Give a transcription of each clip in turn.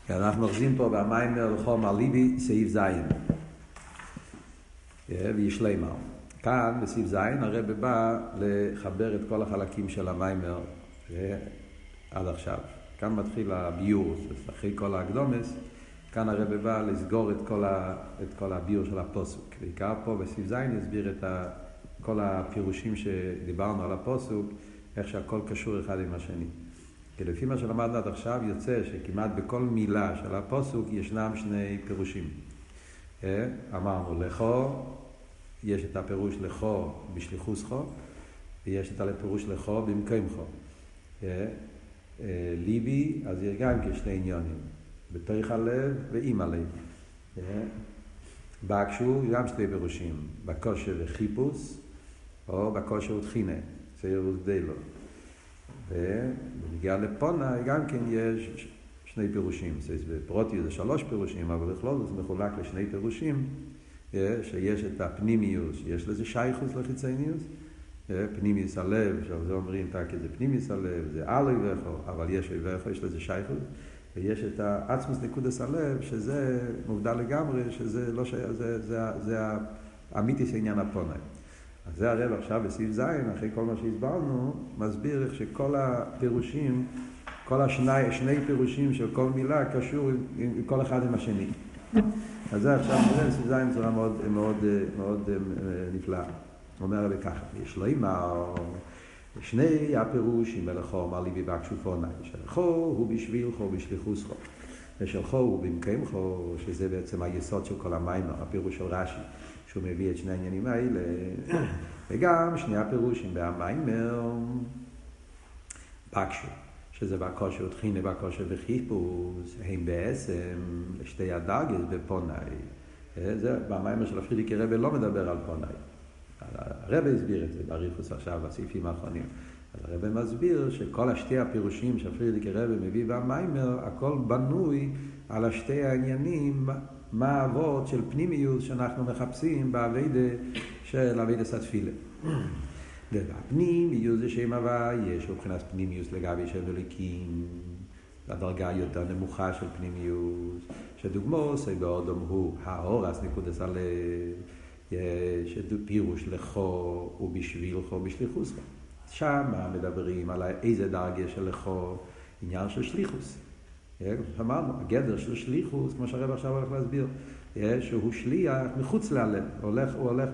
אנחנו אוחזים פה במיימר לחומר ליבי, סעיף זין. וישלימה. כאן, בסעיף זין, הרב בא לחבר את כל החלקים של המיימר עד עכשיו. כאן מתחיל הביור, אחרי כל ההקדומס, כאן הרב בא לסגור את כל הביור של הפוסוק. בעיקר פה בסעיף זין יסביר את כל הפירושים שדיברנו על הפוסוק, איך שהכל קשור אחד עם השני. כי לפי מה שלמדנו עד עכשיו יוצא שכמעט בכל מילה של הפוסוק ישנם שני פירושים. אמרנו לכו, יש את הפירוש לכו בשליחוסכו, ויש את הפירוש לכו במקומכו. ליבי, אז יש גם כשני עניונים, בתוך הלב ועם הלב. בקשו גם שני פירושים, בקושר וחיפוש, או בקושר ותחינה, צייר וגדלו. ובנגיע לפונה גם כן יש שני פירושים, בפרוטי זה 3 פירושים, אבל בכלול זה מחולק לשני פירושים, שיש את הפנימיוס, יש לזה שייכוס לחיצייניוס, פנימיוס הלב, שעל זה אומרים כי זה פנימיוס הלב, זה אלוי וכו, אבל יש וכו, יש לזה שייכוס, ויש את העצמוס נקודס הלב, שזה מובדל לגמרי, שזה לא שייך, זה האמיתיס העניין הפונה. אז זה הרב עכשיו בסעיף זין, אחרי כל מה שהסברנו, מסביר איך שכל הפירושים, כל שני פירושים של כל מילה קשור עם כל אחד עם השני. אז זה עכשיו נראה בסעיף זין בצורה מאוד, מאוד, מאוד נפלאה. אומר הרב ככה, יש לו אימר, שני הפירושים מלכו, אמר לי בבקשו פונה, שלכו הוא בשבילכו בשליחוסכו, ושלכו הוא במקומכו, שזה בעצם היסוד של כל המיימר, הפירוש של רש"י. שהוא מביא את שני העניינים האלה, וגם שני הפירושים במיימר, בקשו, שזה בקושר ותחינה, בקושר וחיפוש, הם בעצם לשתי הדרגות בפונאי. זה במיימר של הפרידיקי רבי לא מדבר על פונאי. הרבי הסביר את זה בריחוס עכשיו, בסעיפים האחרונים. אז הרבי מסביר שכל השתי הפירושים שהפרידיקי רבי מביא במיימר, הכל בנוי על השתי העניינים, מה העבוד של פנימיוס שאנחנו מחפשים בעבודה של עבודת התפילה. והפנימיוס זה שם הווה, יש מבחינת פנימיוס לגבי שם אלוקים, הדרגה יותר נמוכה של פנימיוס, שדוגמו סייבאודום הוא האורס נקודס הלב, יש פירוש לכו ובשבילכו בשליחוסכו. שם מדברים על איזה דרגה של לכו, עניין של שליחוס. אמרנו, הגדר של שליחוס, כמו שהרב עכשיו הולך להסביר, שהוא שליח מחוץ ללב, הוא הולך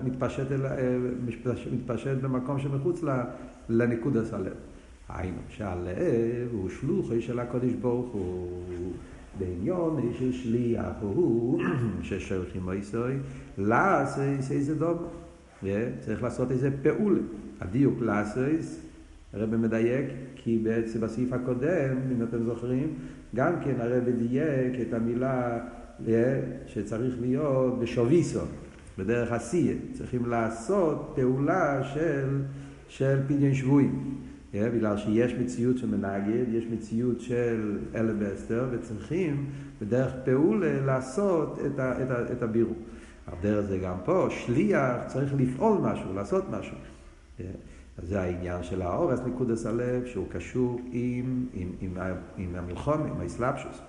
מתפשט במקום שמחוץ לנקודת הלב. היינו, שהלב הוא שלוחי של הקודש ברוך הוא, בעניון של שליח הוא, ששולחים מויסוי, לעשות איזה דומה. צריך לעשות איזה פעולה. הדיוק לעשות, הרב מדייק, כי בעצם בסעיף הקודם, אם אתם זוכרים, גם כן הרב דייק את המילה שצריך להיות בשוביסון, בדרך עשייה. צריכים לעשות פעולה של פדיון שבויים. בגלל שיש מציאות של מנגד, יש מציאות של אלה ואסתר, וצריכים בדרך פעולה לעשות את הבירור. הדרך זה גם פה, שליח צריך לפעול משהו, לעשות משהו. אז זה העניין של האורס נקודס הלב, שהוא קשור עם המלחום, עם האסלאפשוס.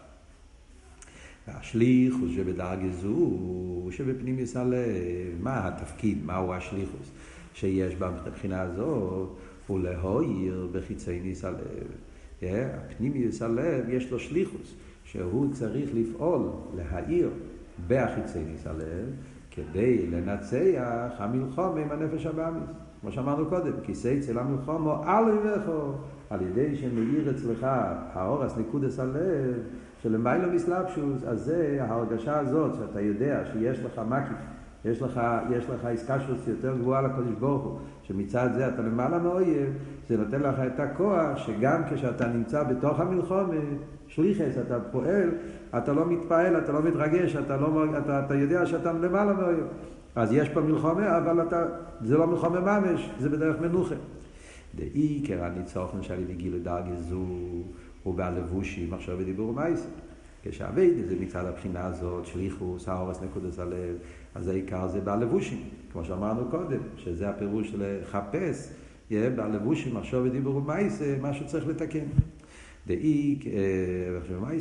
והשליחוס שבדרגה זו, שבפנימיוס הלב, מה התפקיד, מהו השליחוס שיש בבחינה הזאת, הוא להויר בחיצייניס הלב. הפנימיוס הלב יש לו שליחוס, שהוא צריך לפעול, להאיר בחיצייניס הלב, כדי לנצח המלחום עם הנפש הבאמיס. כמו שאמרנו קודם, כיסא אצל המלחום הוא אלוי וכו, על ידי שמאיר אצלך האורס נקודס הלב, שלמיילו מסלבשוס, אז זה ההרגשה הזאת שאתה יודע שיש לך מקיף, יש לך עסקשוס יותר גבוהה לקודש ברוך הוא, שמצד זה אתה למעלה מאויב, זה נותן לך את הכוח שגם כשאתה נמצא בתוך המלחום, שליחס, אתה פועל, אתה לא מתפעל, אתה לא מתרגש, אתה יודע שאתה למעלה מאויב. אז יש פה מלחמה, אבל זה לא מלחמה ממש, זה בדרך מנוחה. דעיקר הניצחון שלי בגיל דרגה זו, הוא בלבושים, עכשיו בדיבור ומייס. כשעבד זה מצד הבחינה הזאת, שליחוס, האורס נקודס הלב, אז העיקר זה בלבושים, כמו שאמרנו קודם, שזה הפירוש לחפש, יהיה בלבושים, עכשיו בדיבור ומייס, מה שצריך לתקן. דעיקר, עכשיו ומייס,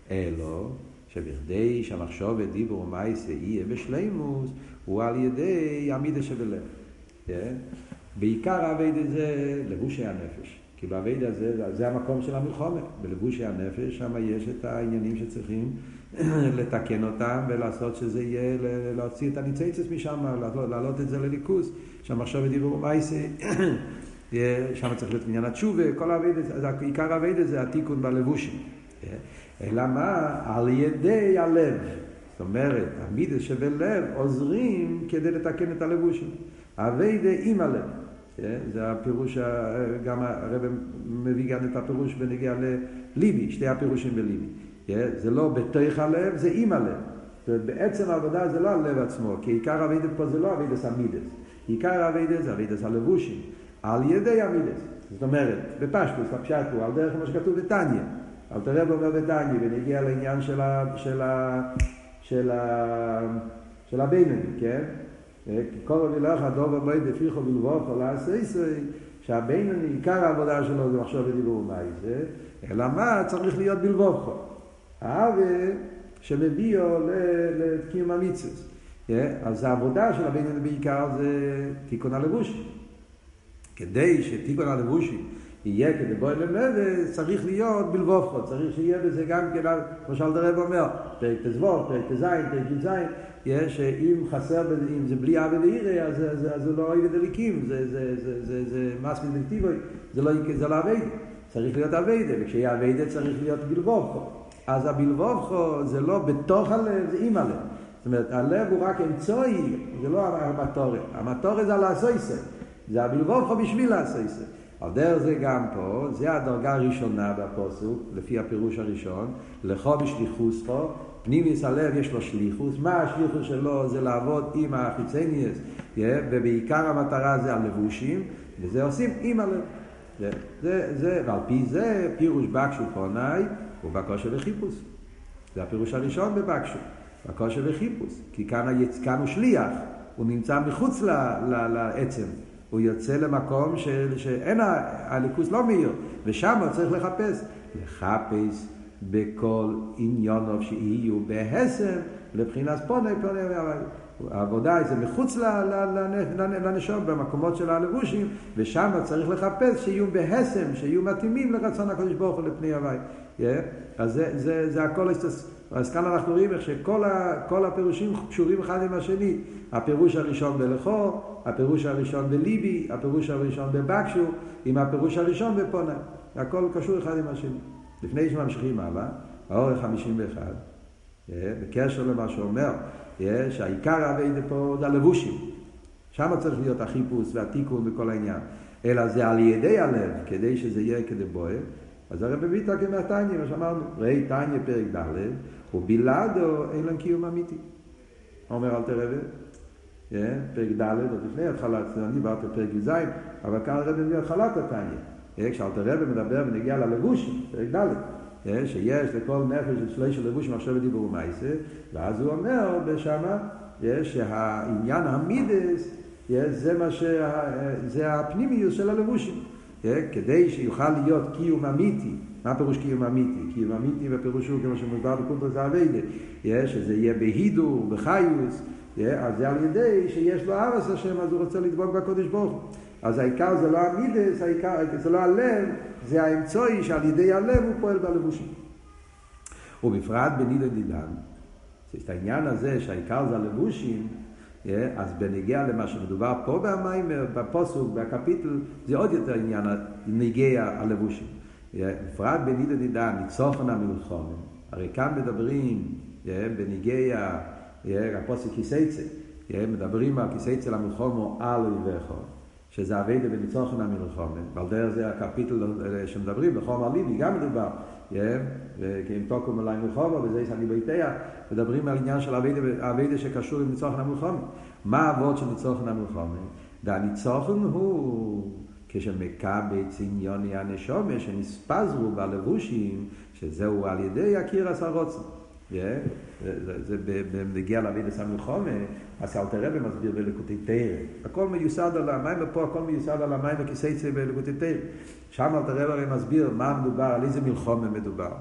אלו שבכדי שהמחשבת דיבור ומעשה יהיה בשלימוס, הוא על ידי המידה שבלב. בעיקר העבודה זה לבושי הנפש. כי בעבודה זה המקום של המלחמה. בלבושי הנפש שם יש את העניינים שצריכים לתקן אותם ולעשות שזה יהיה, להוציא את הניציצס משם, להעלות את זה לליכוס. שהמחשבת דיבור ומעשה, שם צריך להיות עניין התשובה, כל העבודה, עיקר העבודה זה התיקון בלבושים. אלא מה? על ידי הלב. זאת אומרת, המידס שבלב עוזרים כדי לתקן את הלבושים. העבודה עם הלב. זה הפירוש, גם הרב מביא גם את הפירוש בנגיע לליבי, שתי הפירושים בליבי. זה לא בתוך הלב, זה עם הלב. בעצם העבודה זה לא הלב עצמו, כי עיקר העבודה פה זה לא עבודת המידס. עיקר העבודה זה עבודת הלבושים. על ידי המידס. זאת אומרת, בפשטוס, הפשט הוא, על דרך מה שכתוב בתניא. אבל תראה בו בתניא, ונגיע לעניין של הבינוני, כן? כל ובילך הדוב הבית דפיחו בלבוכו לעשה ישראל, שהבינוני, עיקר העבודה שלו זה מחשוב ודיבור ומעשה, אלא מה? צריך להיות בלבוכו. האווה שמביאו לתקיום המצוות. אז העבודה של הבינוני בעיקר זה תיקון הלבושים. כדי שתיקון הלבושים יהיה כדי בוא למד, צריך להיות בלבוכו, צריך שיהיה בזה גם כן, למשל דרב אומר, פרק תזבור, פרק תזין, פרק תזין, יש, אם חסר, אם זה בלי אבא ואירי, אז זה לא אוהב דליקים, זה מס מדלטיבוי, זה לא עבד, צריך להיות עבד, וכשיהיה עבד צריך להיות בלבוכו. אז הבלבוכו זה לא בתוך הלב, זה עם הלב. זאת אומרת, הלב הוא רק אמצעי, זה לא המטורת. המטורת זה על הסויסר, זה הבלבוכו בשביל הסויסר. על דרך זה גם פה, זה הדרגה הראשונה בפסוק, לפי הפירוש הראשון, לכו בשליחוסכו, פנימיס הלב יש לו שליחוס, מה השליחוס שלו? זה לעבוד עם החיצוניוס, ובעיקר המטרה זה הלבושים, וזה עושים עם הלב. ועל פי זה פירוש בקשו פונאי הוא בקושי וחיפוש. זה הפירוש הראשון בבקשו, בקושי וחיפוש, כי כאן הוא שליח, הוא נמצא מחוץ לעצם. הוא יוצא למקום שאין הליכוס לא מאיר, ושם הוא צריך לחפש בכל עניונוב שיהיו בהסם לבחינת פוני. העבודה זה מחוץ לנשום במקומות של הלבושים, ושם צריך לחפש שיהיו בהסם, שיהיו מתאימים לרצון הקדוש ברוך הוא לפני הווי. אז זה הכל. אז כאן אנחנו רואים איך שכל הפירושים קשורים אחד עם השני. הפירוש הראשון בלכו, הפירוש הראשון בליבי, הפירוש הראשון בבקשו, עם הפירוש הראשון בפונה. הכל קשור אחד עם השני. לפני שממשיכים הלאה, האורך 51, בקשר למה שאומר, שהעיקר העבודה פה זה הלבושים. שם צריך להיות החיפוש והתיקון בכל העניין. אלא זה על ידי הלב, כדי שזה יהיה כדי בוער. אז הרב מביא תקן מהתניא, מה שאמרנו, ראי תניא פרק ד' ובלעדו אין להם קיום אמיתי. אומר אל תרבה, פרק ד' עוד לפני התחלת, אני דיברתי פרק י"ז, אבל כאן הרב מביא התחלת התניא. כשאל תרבה מדבר ונגיע ללבושים, פרק ד', שיש לכל נפש של לבוש מחשב ודיבור ומעשה, ואז הוא אומר בשמה, שהעניין המידס, זה הפנימיוס של הלבושים. כדי שיוכל להיות קיום אמיתי. מה פירוש קיום אמיתי? קיום אמיתי בפירוש הוא כמו שמוסבר בקונטרס העבודה, שזה יהיה בהידור, בחיוס, אז זה על ידי שיש לו אהבת השם, אז הוא רוצה לדבוק בקודש ברוך הוא. אז העיקר זה לא המידס, זה לא הלב, זה האמצעי שעל ידי הלב הוא פועל בלבושים. ובפרט בנידו דידן, את העניין הזה שהעיקר זה הלבושים, אז בנגיע למה שמדובר פה במיימר, בפסוק, בקפיטל, זה עוד יותר עניין נגיע הלבושים. בפרט בנידו דידן, ניצוחן המלחמה. הרי כאן מדברים בנגיע, הפסוק כיסייצה, מדברים על כיסייצה למלחמה על אויביך, שזה עבודה בניצוחן המלחמה. ועל דרך זה הקפיטל שמדברים, בחומר ליבי, גם מדובר. כי אם תוקם עליי מלחמה, וזה שאני ביתיה, מדברים על עניין של עבודה שקשור עם ניצוחן המלחמה. מה העבוד של ניצוחן המלחמה? והניצוחן הוא כשמקבץ עניוני הנשמה שנספזרו בלבושים, שזהו על ידי הקירס הרוצן. זה בנגיע לעבודת המלחמה, אז אל תראה ומסביר בליקוטי תורה. הכל מיוסד על המים, ופה הכל מיוסד על המים וכיסייצה בליקוטי תורה. שם אל תראה ומסביר מה מדובר, על איזה מלחמה מדובר.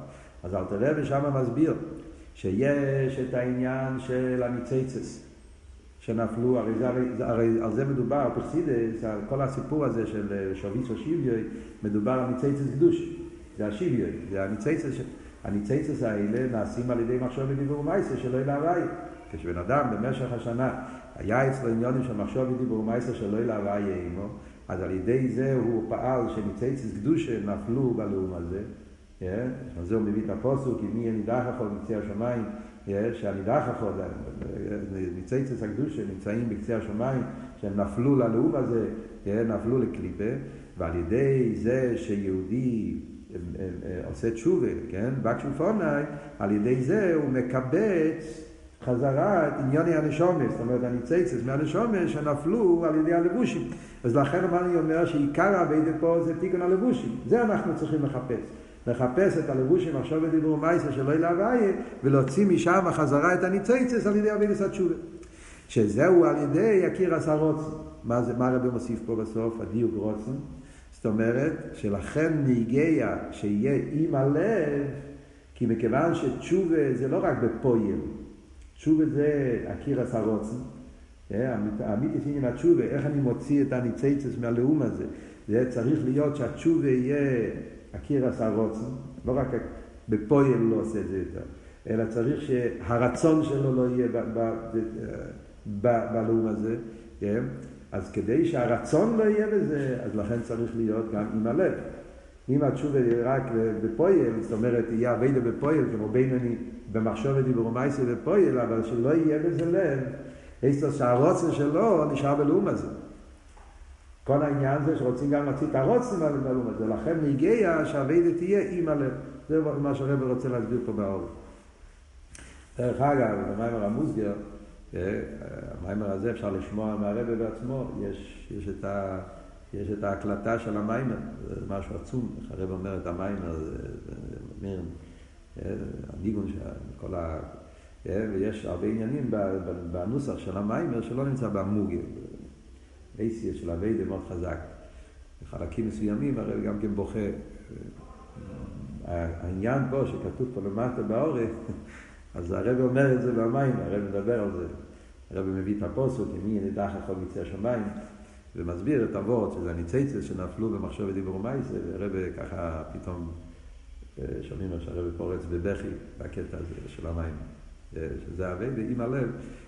אז אלתר רבי שם מסביר שיש את העניין של הניצייצס שנפלו, הרי על זה מדובר, פרסידס, כל הסיפור הזה של שביס או שוויוי, מדובר על ניצייצס קדוש, זה השוויוי, זה הניצייצס האלה נעשים על ידי מחשוב ודיבור ומעשה שלא ילה הוואי. כשבן אדם במשך השנה היה אצלו עניונים של מחשוב ודיבור ומעשה שלא ילה הוואי עמו, אז על ידי זה הוא פעל שניצייצס קדוש נפלו בלאום הזה, על זה הוא מביא את הפוסוק, כי מי הנידח אחו בקצה השמיים, שהנידח אחו, ניצייצס הקדוש נמצאים בקצה השמיים, שהם נפלו ללאום הזה, נפלו לקליפה, ועל ידי זה שיהודי עושה תשובה, בקשופונאי, על ידי זה הוא מקבץ חזרה את עניוני הנשומס, זאת אומרת הניצייצס מהנשומס שנפלו על ידי הלבושים. אז לכן אני אומר שעיקר העבודה פה זה תיקון הלבושים, זה אנחנו צריכים לחפש את הלבושים עכשיו בדיבור מייסה שלא ילה הוואי, ולהוציא משם חזרה את הניצייצס על ידי עבודת התשובה, שזהו על ידי הכיר הסרוצן. מה הרב מוסיף פה בסוף? הדיוק רוצן, זאת אומרת שלכן נהיגיה שיהיה עם הלב, כי מכיוון שתשובה זה לא רק בפועל, תשובה זה הכיר הסרוצן, האמיתיס עניין התשובה, איך אני מוציא את הניצייצס מהלאום הזה, זה צריך להיות שהתשובה יהיה הכיר הסרוצן, לא רק בפועל לא עושה את זה יותר, אלא צריך שהרצון שלו לא יהיה בלאום הזה, אז כדי שהרצון לא יהיה בזה, אז לכן צריך להיות גם עם הלב. אם התשובה רק בפועל, זאת אומרת, יהיה עבודה בפועל, כמו בינוני במחשוב ודיבור ומעשה בפועל, אבל שלא יהיה בזה לב, יש לו שהרוצן שלו נשאר בלאום הזה. כל העניין זה שרוצים גם להוציא את הרוצן בלאום הזה, לכן נגיע שהעבודה תהיה עם הלב. זה מה שהרב רוצה להסביר פה באור. דרך אגב, במאמר המוסגר, המאמר הזה אפשר לשמוע מהרב בעצמו, יש את ההקלטה של המאמר, זה משהו עצום, איך הרב אומר את המאמר, זה הניגון של כל ה... ויש הרבה עניינים בנוסח של המאמר שלא נמצא במוגר, אייסיה של הווידה מאוד חזק, בחלקים מסוימים הרב גם כן בוכה. העניין פה שכתוב פה למטה באורך, אז הרב אומר את זה במים, הרב מדבר על זה. הרב מביא את הפוסוק, מי נידח אחו בקצה השמיים, ומסביר את אבות, שזה הניצייצס שנפלו במחשוב ודיבור ומעשה, והרב ככה פתאום שומעים איך שהרב פורץ בבכי בקטע הזה של המים, שזה הווה ועם הלב.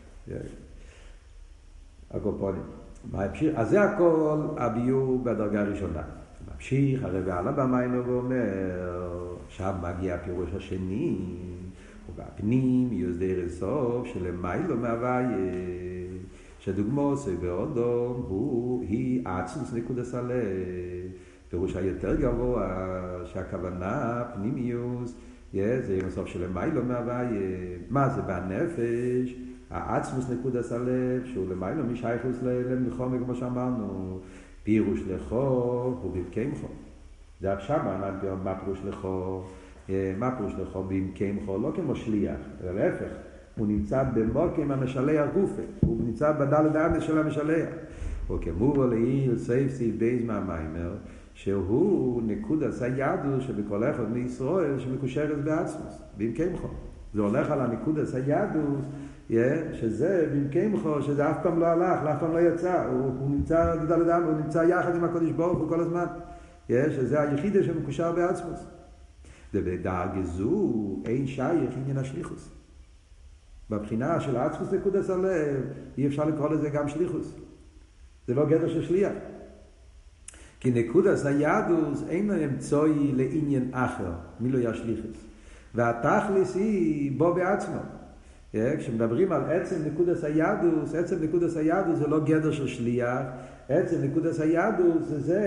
הקופונים. אז זה הכל הביור בדרגה הראשונה. ממשיך הרב עלה במים ואומר, שם מגיע הפירוש השני, ובפנים יוסדר הסוף שלמיילו מהוויה, שדוגמוס באודום היא עצמוס נקודס הלב, פירוש היותר גבוה שהכוונה פנימיוס, זה הסוף שלמיילו מהוויה. מה זה בנפש? העצמוס נקודס הלב שהוא למיילו משייכוס למלחום, כמו שאמרנו, פירוש לכו ובמקיימכו. זה עכשיו מה פירוש לכו? מה פירוש לכו במקיימכו? לא כמו שליח, אלא להפך, הוא נמצא במוקם המשלח גופה, הוא נמצא בדלת האמס של המשלח. וכמובן לעיל סעיף בייז מהמיימר, שהוא נקודס הידוס שבכל אחד מישראל שמקושרת בעצמוס, במקיימכו. זה הולך על הנקודס הידוס, שזה במקיימכו, שזה אף פעם לא הלך, אף פעם לא יצא, הוא נמצא בדלת האמס, הוא נמצא יחד עם הקודש ברוך הוא כל הזמן, שזה היחידה שמקושר בעצמוס. ובדרגה זו אין שייך עניין השליחוס. בבחינה של העצמוס נקודס הלב, אי אפשר לקרוא לזה גם שליחוס. זה לא גדר של שליח. כי נקודס היהדוס אין אמצעי לעניין אחר, מי לא ישליחוס. והתכלס היא בו בעצמו. כשמדברים על עצם נקודס היהדוס, עצם נקודס היהדוס זה לא גדר של שליח, עצם נקודס היהדוס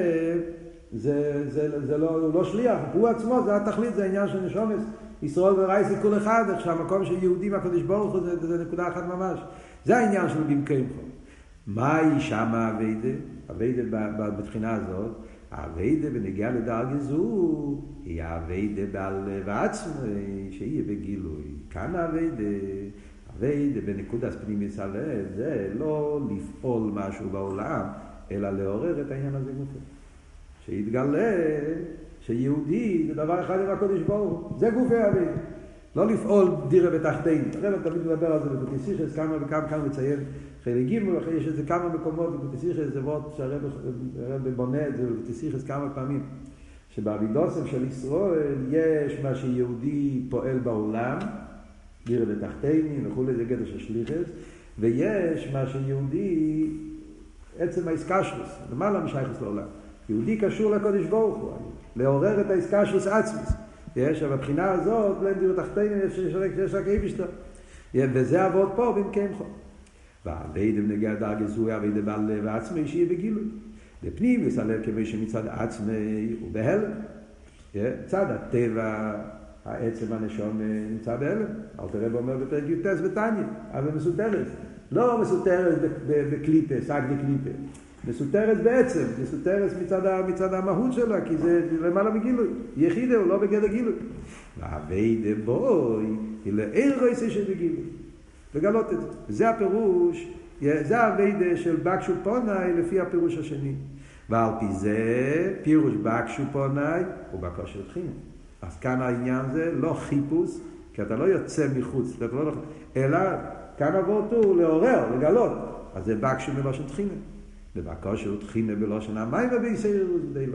זה לא שליח, הוא עצמו, זה התכלית, זה העניין של נשומס. ישראל ורייס זה כל אחד, שהמקום של יהודים הקדוש ברוך הוא זה נקודה אחת ממש. זה העניין של במקיימכו. מהי שם הווידה בבחינה הזאת? הווידה בנגיעה לדרגה זו היא הווידה בלב עצמי שיהיה בגילוי. כאן הווידה בנקודת פנימית הלב זה לא לפעול משהו בעולם, אלא לעורר את העניין הזה גופו. שיתגלה שיהודי זה דבר אחד עם הקודש ברוך הוא, זה גופי אבינו. לא לפעול דירה בתחתינו. הרב תמיד מדבר על זה בבתיסיכס, כמה וכמה מציין חלק ג' אחרי יש את זה כמה מקומות בבתיסיכס, זה וורט שהרב בונה את זה בבתיסיכס כמה פעמים. שבאבידוסם של ישראל יש מה שיהודי פועל בעולם, דירה בתחתינו וכולי, זה גדר של שליחס, ויש מה שיהודי עצם העסקה שלו, למעלה משייכס לעולם. יהודי קשור לקודש ברוך הוא, לעורר את העסקה שלו עצמוס. יש, בבחינה הזאת, בלן דירות תחתינו, יש רק איבישתו. וזה עבוד פה, במקיים חוק. והעבדם נגע דרגה זו, העבדם בעל לב עצמי, שיהיה בגילוי. לפנים יסלב כמי שמצד עצמי הוא בהלם. צד הטבע, העצם הנשום נמצא בהלם. אל תראה ואומר בפרק יוטס ותניא, אבל מסותרת. לא מסותרת בקליפה, סג בקליפה. מסותרת בעצם, מסותרת מצד המהות שלה, כי זה למעלה מגילוי. יחידה הוא לא בגדר גילוי. והעבדה בוי, היא לעיר רייסה שבגילוי. לגלות את זה. זה הפירוש, זה העבדה של בקשו פונאי לפי הפירוש השני. ועל פי זה, פירוש בקשו פונאי הוא בקושי תחינה. אז כאן העניין זה לא חיפוש, כי אתה לא יוצא מחוץ, אלא כאן עבוד הוא לעורר, לגלות. אז זה בקשו מלושן תחינה. ובקושי תחינה בלושן המים ובייסיירוס ודאילו.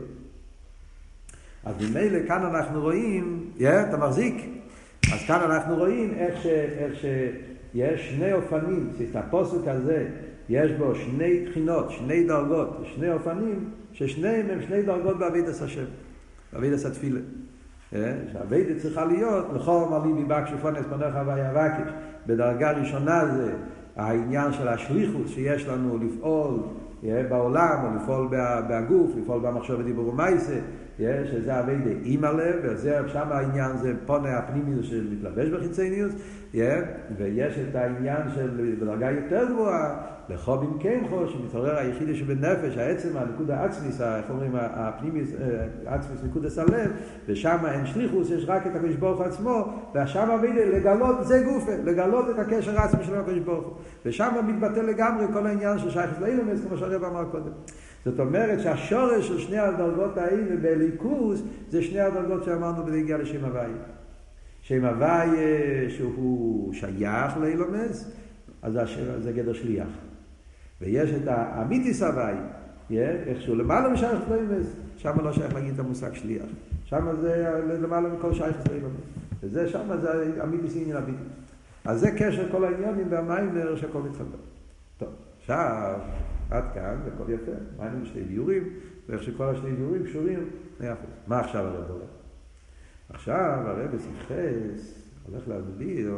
אז ממילא כאן אנחנו רואים, אתה מחזיק? אז כאן אנחנו רואים איך שיש שני אופנים, את הפוסק הזה, יש בו שני בחינות, שני דרגות, שני אופנים, ששניהם הם שני דרגות בעבודת השם, בעבודת התפילה. שהעבודה צריכה להיות, לכל מרלי מבקשו פונס פונך ויבקש. בדרגה ראשונה זה העניין של השליחות שיש לנו לפעול בעולם, או לפעול בגוף, לפעול במחשב ודיבור ומייסה, שזה עבודה עם הלב, וזה שם העניין זה פונה הפנימיות שמתלבש בחיצניוס, ויש את העניין של בדרגה יותר גבוהה, לחובים כמחו, שמתעורר היחידי שבנפש, העצם, הנקוד העצמיס, איך אומרים, הפנימיס, העצמיס, נקוד הסלב, ושם אין שליחוס, יש רק את הקדוש ברוך עצמו, ושם עבודה לגלות, זה גופה, לגלות את הקשר העצמי של הקדוש ברוך הוא, ושם מתבטא לגמרי כל העניין של שייכות לאילומס, כמו שהרב אמר קודם. זאת אומרת שהשורש של שני הדרגות האלה בליכוס, זה שני הדרגות שאמרנו בנגיעה לשם הוואי. שם הוואי שהוא שייך לאילומס, אז זה גדר שליח. ויש את האמיתיס הוואי, איכשהו למעלה משייך לאילומס, שם לא שייך להגיד את המושג שליח. שם זה למעלה מכל שייך לאילומס. וזה שם זה אמיתיס עניין הביטוס. אז זה קשר כל העניינים והמיימר שהכל מתחבר. טוב, עכשיו עד כאן, זה הכל יפה. מה היינו בשני דיורים, ואיך שכל השני דיורים קשורים, 100%. מה עכשיו הרב הולך? עכשיו הרב בשיחס הולך להסביר,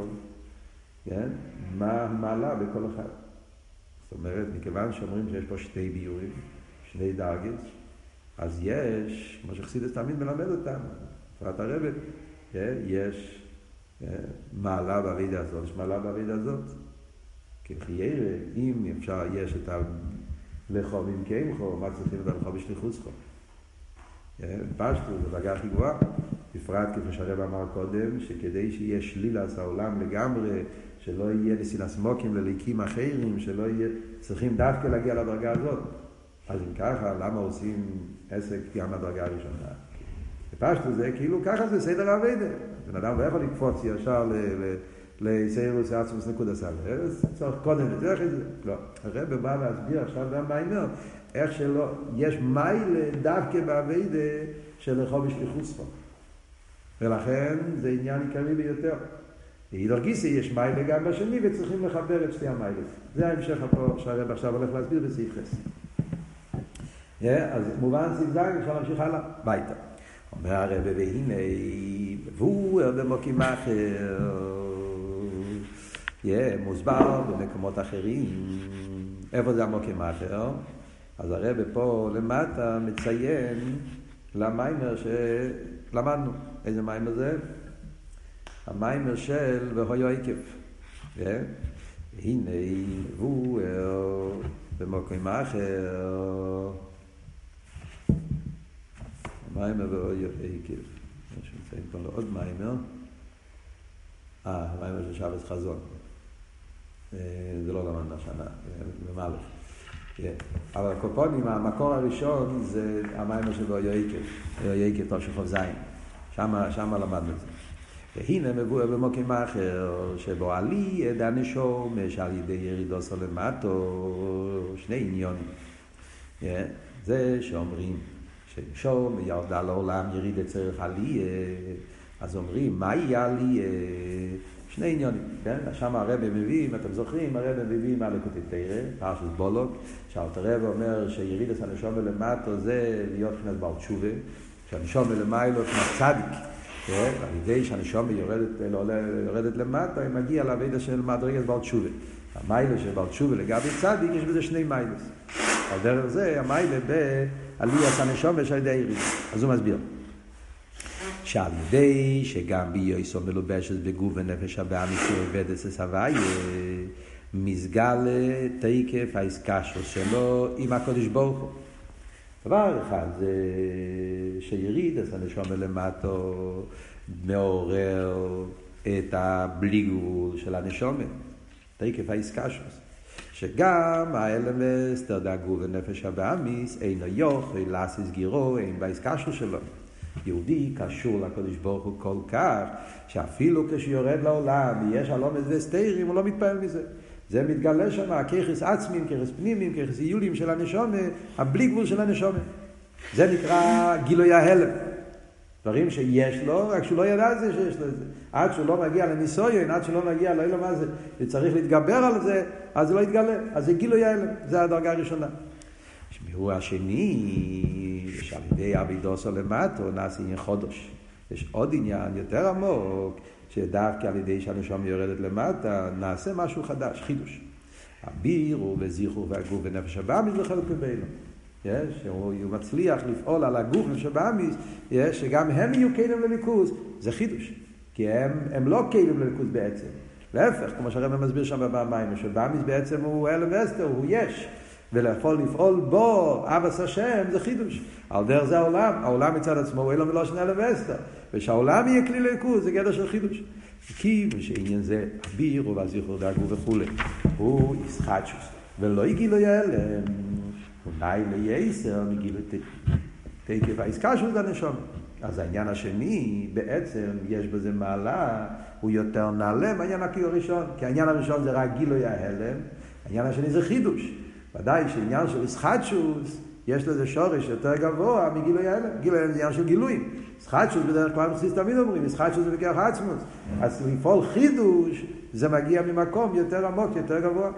מה המעלה בכל אחד. זאת אומרת, מכיוון שאומרים שיש פה שתי ביורים, שני דרגות, אז יש, כמו שחסידס תמיד מלמד אותם, בפרט הרב, יש מעלה בעבודה הזאת, יש מעלה בעבודה הזאת. כחיירה, אם אפשר, יש את הלחובים כמחו, מה צריכים את הלחוב בשליחוסכו? פשטו, זה דרגה הכי גבוהה. בפרט, כפי שהרב אמר קודם, שכדי שיהיה שלילת העולם לגמרי, שלא יהיה נסילס מוקים לליקים אחרים, שלא יהיה, צריכים דווקא להגיע לדרגה הזאת. אז אם ככה, למה עושים עסק גם לדרגה הראשונה? פשטו זה כאילו, ככה זה סדר העבודה. בן אדם לא יכול לקפוץ ישר לסיירוס עצמוס נקוד הסלב, צריך קודם את זה, אחרי זה. לא, הרב בא להסביר עכשיו גם בעניין, איך שלא, יש מייל דווקא בעבודה של רחוב בשליחוסכו. ולכן זה עניין עיקרי ביותר. אידך גיסא יש מייל גם בשני, וצריכים לחבר את שתי המייל. זה ההמשך פה שהרב עכשיו הולך להסביר בסעיף חס. אז מובן סעיף ז' אפשר להמשיך הלאה, ביתה. אומר הרב, והנה, והוא במוקים אחר, מוסבר במקומות אחרים. איפה זה המוקים אחר? אז הרב פה למטה מציין למיימר שלמדנו. איזה מיימר זה? המיימר של והויו עקב. הנה, והוא במוקים אחר. מיימר והויו עקב. שמציין פה לו עוד מיימר. מיימר של שבס חזון. זה לא למדנו השנה, במהלך. אבל הקופונים, המקור הראשון זה המים שבו יויקר תושכוב זין. שם למדנו את זה. והנה מבואר במוקים אחר, שבו עלי עד הנשום, שעל ידי ירידו סולמטו, שני עניונים. זה שאומרים שנשום ירדה לעולם יריד צריך עלי, אז אומרים, מה יהיה עלי? שני עניונים, כן? שם הרבי מביא, אם אתם זוכרים, הרבי מביא מהלקוטי תרא, פרשת בולוק, שאלתר רבי אומר שירידת הנשום למטו זה להיות מבחינת בעל תשובה, שהנשום למעלה כמו צדיק, על ידי שהנשום יורדת למטה, היא מגיעה לעבודה של מדרגת בעל תשובה. המיילה של בעל תשובה לגבי צדיק, יש בזה שני מיילס. על דרך זה, המיילה בעליית הנשום יש על ידי יריד. אז הוא מסביר. שעל ידי שגם ביוסו מלובשת בגוף ונפש הבאמי שעובדת ססוויה, מסגל תקף ההסקשו שלו עם הקודש ברוך הוא. דבר אחד זה שיריד את הנשום למטו מעורר את הבלי גבול של הנשום, תקף ההסקשו. שגם האלמס תרדגו ונפש הבאמיס אינו יוכל להסיס גירו, אין בהסקשו שלו. יהודי קשור לקדוש ברוך הוא כל כך, שאפילו כשיורד לעולם ויש הלומד וסתירים, הוא לא מתפעל מזה. זה מתגלה שם, כיחס עצמים, כיחס פנימיים, כיחס איולים של הנשומה, הבלי גבול של הנשומה. זה נקרא גילוי ההלם. דברים שיש לו, רק שהוא לא ידע את זה שיש לו את זה. עד שהוא לא מגיע לניסויון, עד שהוא לא מגיע לאילו מה זה, וצריך להתגבר על זה, אז זה לא יתגלה. אז זה גילוי ההלם, זה הדרגה הראשונה. הוא השני, שעל ידי עבידוסו למטו נעשה עניין חודש. יש עוד עניין יותר עמוק, שדווקא על ידי שהנשום יורדת למטה, נעשה משהו חדש, חידוש. הבירו וזיכרו והגוף ונפש הבאמיס לחלק בינו. שהוא מצליח לפעול על הגוף ונפש הבאמיס, שגם הם יהיו כלים לליכוז. זה חידוש. כי הם לא כלים לליכוז בעצם. להפך, כמו שהרב מסביר שם במים, שבאמיס בעצם הוא אלם ואסתר, הוא יש. ולפעול בו, אבס השם, זה חידוש. על דרך זה העולם מצד עצמו, הוא אלו מלושן אלם ואסתר. ושהעולם יהיה כלי לליכוז, זה גדר של חידוש. כי ושעניין זה, הבירו והזיכרו דאגו וכו', הוא ישחטשוס. ולא יגילו יעלם, אולי לייסר מגילו תקף העסקשוס לנשום. אז העניין השני, בעצם יש בזה מעלה, הוא יותר נעלה מהעניין הקיור הראשון. כי העניין הראשון זה רק גילו יעלם, העניין השני זה חידוש. ודאי שעניין של ישחטשוס, יש לזה שורש יותר גבוה מגילוי ההלם. גילוי ההלם זה עניין של גילויים. ישחטשוס בדרך כלל בסיס תמיד אומרים, ישחטשוס זה בכך עצמוס. אז לפעול חידוש, זה מגיע ממקום יותר עמוק, יותר גבוה.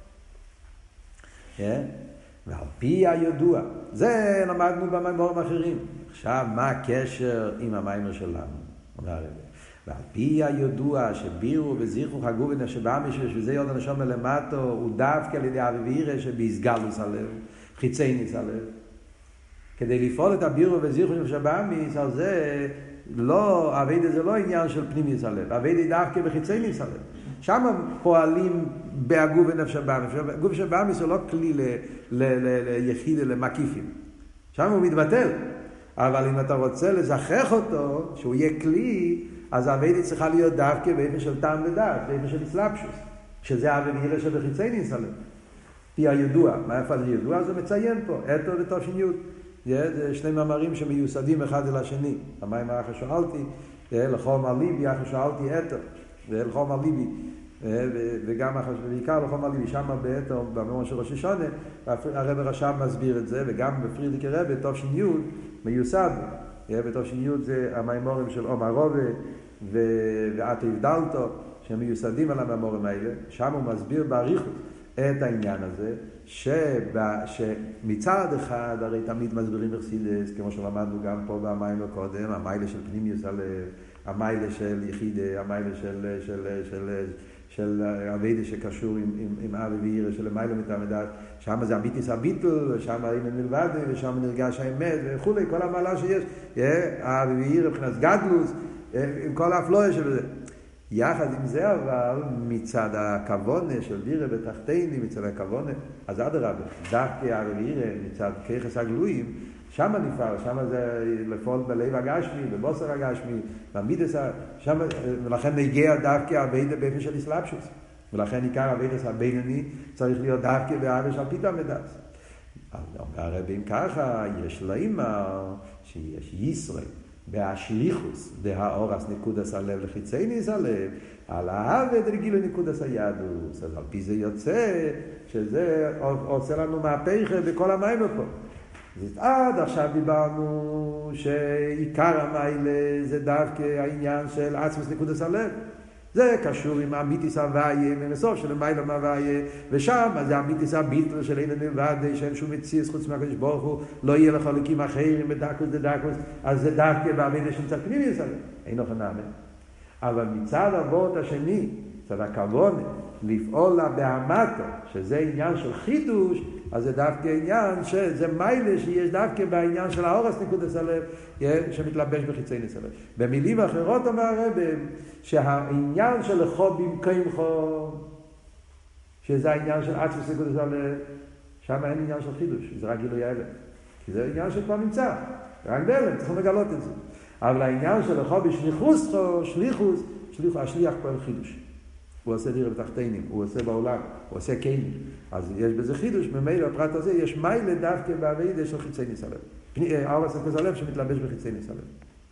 ועל פי הידוע, זה למדנו במיימורים אחרים. עכשיו, מה הקשר עם המיימר שלנו? אומר הרב. ועל פי הידוע שבירו וזיכרו חגו ונפש הבאמיס וזה יוד הנשום למטו, הוא דווקא על ידי אבירה שבהסגלוס הלב, חיצייניס הלב. כדי לפעול את הבירו וזיכרו נפש הבאמיס, אז זה לא, הווידה זה לא עניין של פנימיס הלב, הווידה דווקא בחיצייניס הלב. שם פועלים בהגוף ונפש הבאמיס. הגוף נפש הבאמיס הוא לא כלי ליחיד למקיפים. שם הוא מתבטל. אבל אם אתה רוצה לזכח אותו, שהוא יהיה כלי, אז העבודה צריכה להיות דווקא באופן של טעם ודעת, באופן של אסלאפשוס, שזה האווירה שבחיצייניס הלב. פי הידוע, מה איפה זה ידוע? זה מציין פה, אתו ותושניות. זה שני מאמרים שמיוסדים אחד אל השני. המים אחר שאלתי, לחום הליבי, אחר שאלתי אתו, לחום הליבי, וגם בעיקר לחום הליבי, שם באתו, במאמר של ראש השונה, הרב רשם מסביר את זה, וגם בפרידיקי רב, תושניות, מיוסד. בתושניות זה המאמרים של עומר רובה ועתו הבדלתו, שהם מיוסדים על המאמרים האלה. שם הוא מסביר בעריכות את העניין הזה, שמצד אחד הרי תמיד מסבירים בחסידות, כמו שלמדנו גם פה במיימר קודם, המיילה של פנימיוס הלב, המיילה של יחידה, המיילה של הווידה שקשור עם אבי ואירה של המיילה מתעמדת, שם זה הביטיס הביטל, שם הנה מלבד, ושם נרגש האמת וכו', כל המעלה שיש, אבי ואירה מבחינת גדלוס, עם כל האפלואה שבזה. יחד עם זה אבל, מצד הכוונה של בירה בתחתיני, מצד הכוונה, אז עד הרבה, דווקא אבי ואירה, מצד כיחס הגלויים, שם נפעל, שם זה לפעול בלב הגשמי, בבוסר הגשמי, במידס, שם, ולכן נגיע דווקא הבידה באופן של אסלאפשוס. ולכן עיקר הבידס הבינני צריך להיות דווקא באבש על פיתה מדס. אומר הרבי אם ככה, יש לאמר שיש ישראל בהשליחוס דהאורס נקודס הלב לחיצייניס הלב, על האהבה דרגילו נקודס היהדוס. אז על פי זה יוצא שזה עושה לנו מהפכה בכל המים פה. עד עכשיו דיברנו שעיקר המיילה זה דווקא העניין של עצמוס נקודס הלב. זה קשור עם אמיתיס הוויה, ממסוף של מיילה מהוויה, ושם זה אמיתיס הביטל של אין נבד, שאין שום מציאס חוץ מהקדוש ברוך הוא, לא יהיה לך חלקים אחרים בדקוס דקוס, אז זה דווקא בעמידה של צד פנימי יסלם, אין אוכל נאמן. אבל מצד אבות השני, מצד הכוונה, לפעול לה בהמטה, שזה עניין של חידוש, אז זה דווקא עניין שזה מיילה שיש דווקא בעניין של האורס נקודס הלב, שמתלבש בחיצייניס הלב. במילים אחרות אומר הרב, שהעניין של לכו במקומכו, שזה העניין של עצמוס נקודס הלב, שם אין עניין של חידוש, זה רק גילוי ההלם. כי זה עניין שכבר נמצא, רק בהלם, צריכים לגלות את זה. אבל העניין של לכו בשליחוס, השליח פועל חידוש. הוא עושה דירה בתחתינים, הוא עושה בעולם, הוא עושה קיינים. אז יש בזה חידוש, ממילא הפרט הזה יש מיילה דווקא בעבידה של חיצייניס הלב. האורס נקודס הלב שמתלבש בחיצייניס הלב.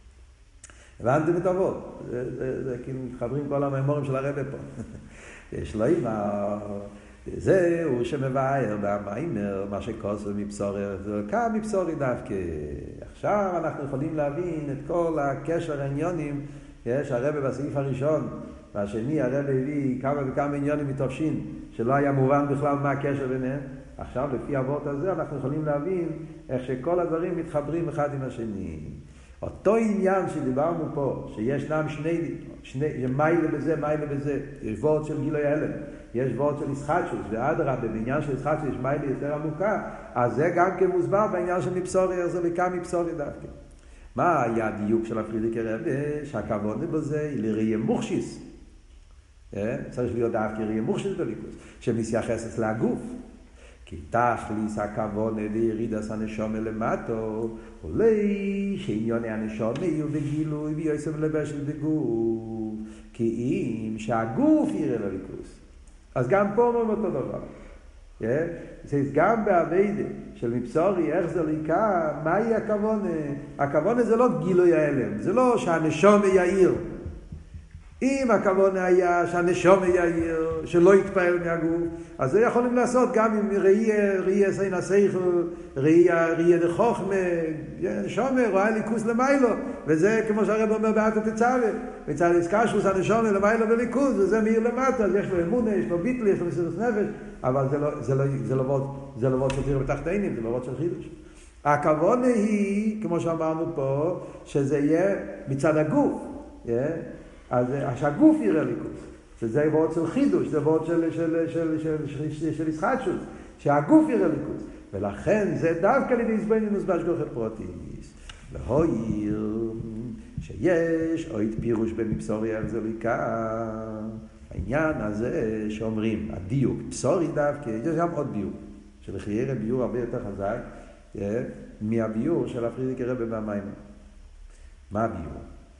הבנתם את אבות? זה כאילו מתחברים כל המאמורים של הרב פה. יש לו אימא, זהו שמבאר במיימר, מה שקוסו מבשורי, זה קם מבשורי דווקא. עכשיו אנחנו יכולים להבין את כל הקשר העניונים, יש הרב בסעיף הראשון, והשני הרב הביא כמה וכמה עניונים מתופשין, שלא היה מובן בכלל מה הקשר ביניהם. עכשיו לפי אבות הזה אנחנו יכולים להבין איך שכל הדברים מתחברים אחד עם השני. אותו עניין שדיברנו פה, שישנם שני מיילה בזה, מיילה בזה, יש וורט של גילוי ההלם, יש וורט של ישחטשוס, ואדרבה, בעניין של ישחטשוס יש מיילה יותר עמוקה, אז זה גם כמוסבר בעניין של מבשורי, זה לקם מבשורי דווקא. מה היה הדיוק של הפרידיקי רבי? שהכוונה בזה היא לראייה מוחשיס. צריך להיות דווקא ראייה מוחשיס בליכוס, שמתייחסת לגוף. כי תכליס הכוונה לירידת הנשמה למטו, אולי שעניוני הנשמה יהיו בגילוי ויועסם לבשל בגוף. כי אם שהגוף יראה לליכוס, אז גם פה אומרים אותו דבר. זה גם בעבודה של מבשורי, איך זה ליקה, מהי הכוונה? הכוונה זה לא גילוי ההלם, זה לא שהנשמה יאיר. אם הכוונה היה שהנשמה יאיר, שלא יתפעל מהגוף, אז זה יכולים לעשות גם עם ראייה סין הסייכל, ראייה דחוכמה, נשמה, רואה ליכוס למיילו, וזה כמו שהרב אומר באתו תצווה, מצד איסקשוס הנשמה למיילו וליכוס, וזה מאיר למטה, אז יש לו אמונה, יש לו ביטל, יש לו מסירות נפש, אבל זה לא ווד של תיר בתחתינים, זה לא ווד של חידוש. הכוונה היא, כמו שאמרנו פה, שזה יהיה מצד הגוף, אז שהגוף יראה ליכוס, שזה ווד של חידוש, זה ווד של ישחטשוס, שהגוף יראה ליכוס, ולכן זה דווקא לידי זבנינוס בהשגוחת פרוטיס. להויר שיש עוד פירוש במבשורי איך זה ליקה, העניין הזה שאומרים, הדיוק, בשורי דווקא, יש גם עוד ביור, שלחיירה ביור הרבה יותר חזק, מהביור של הפרידיקי רבי במים. מה הביור?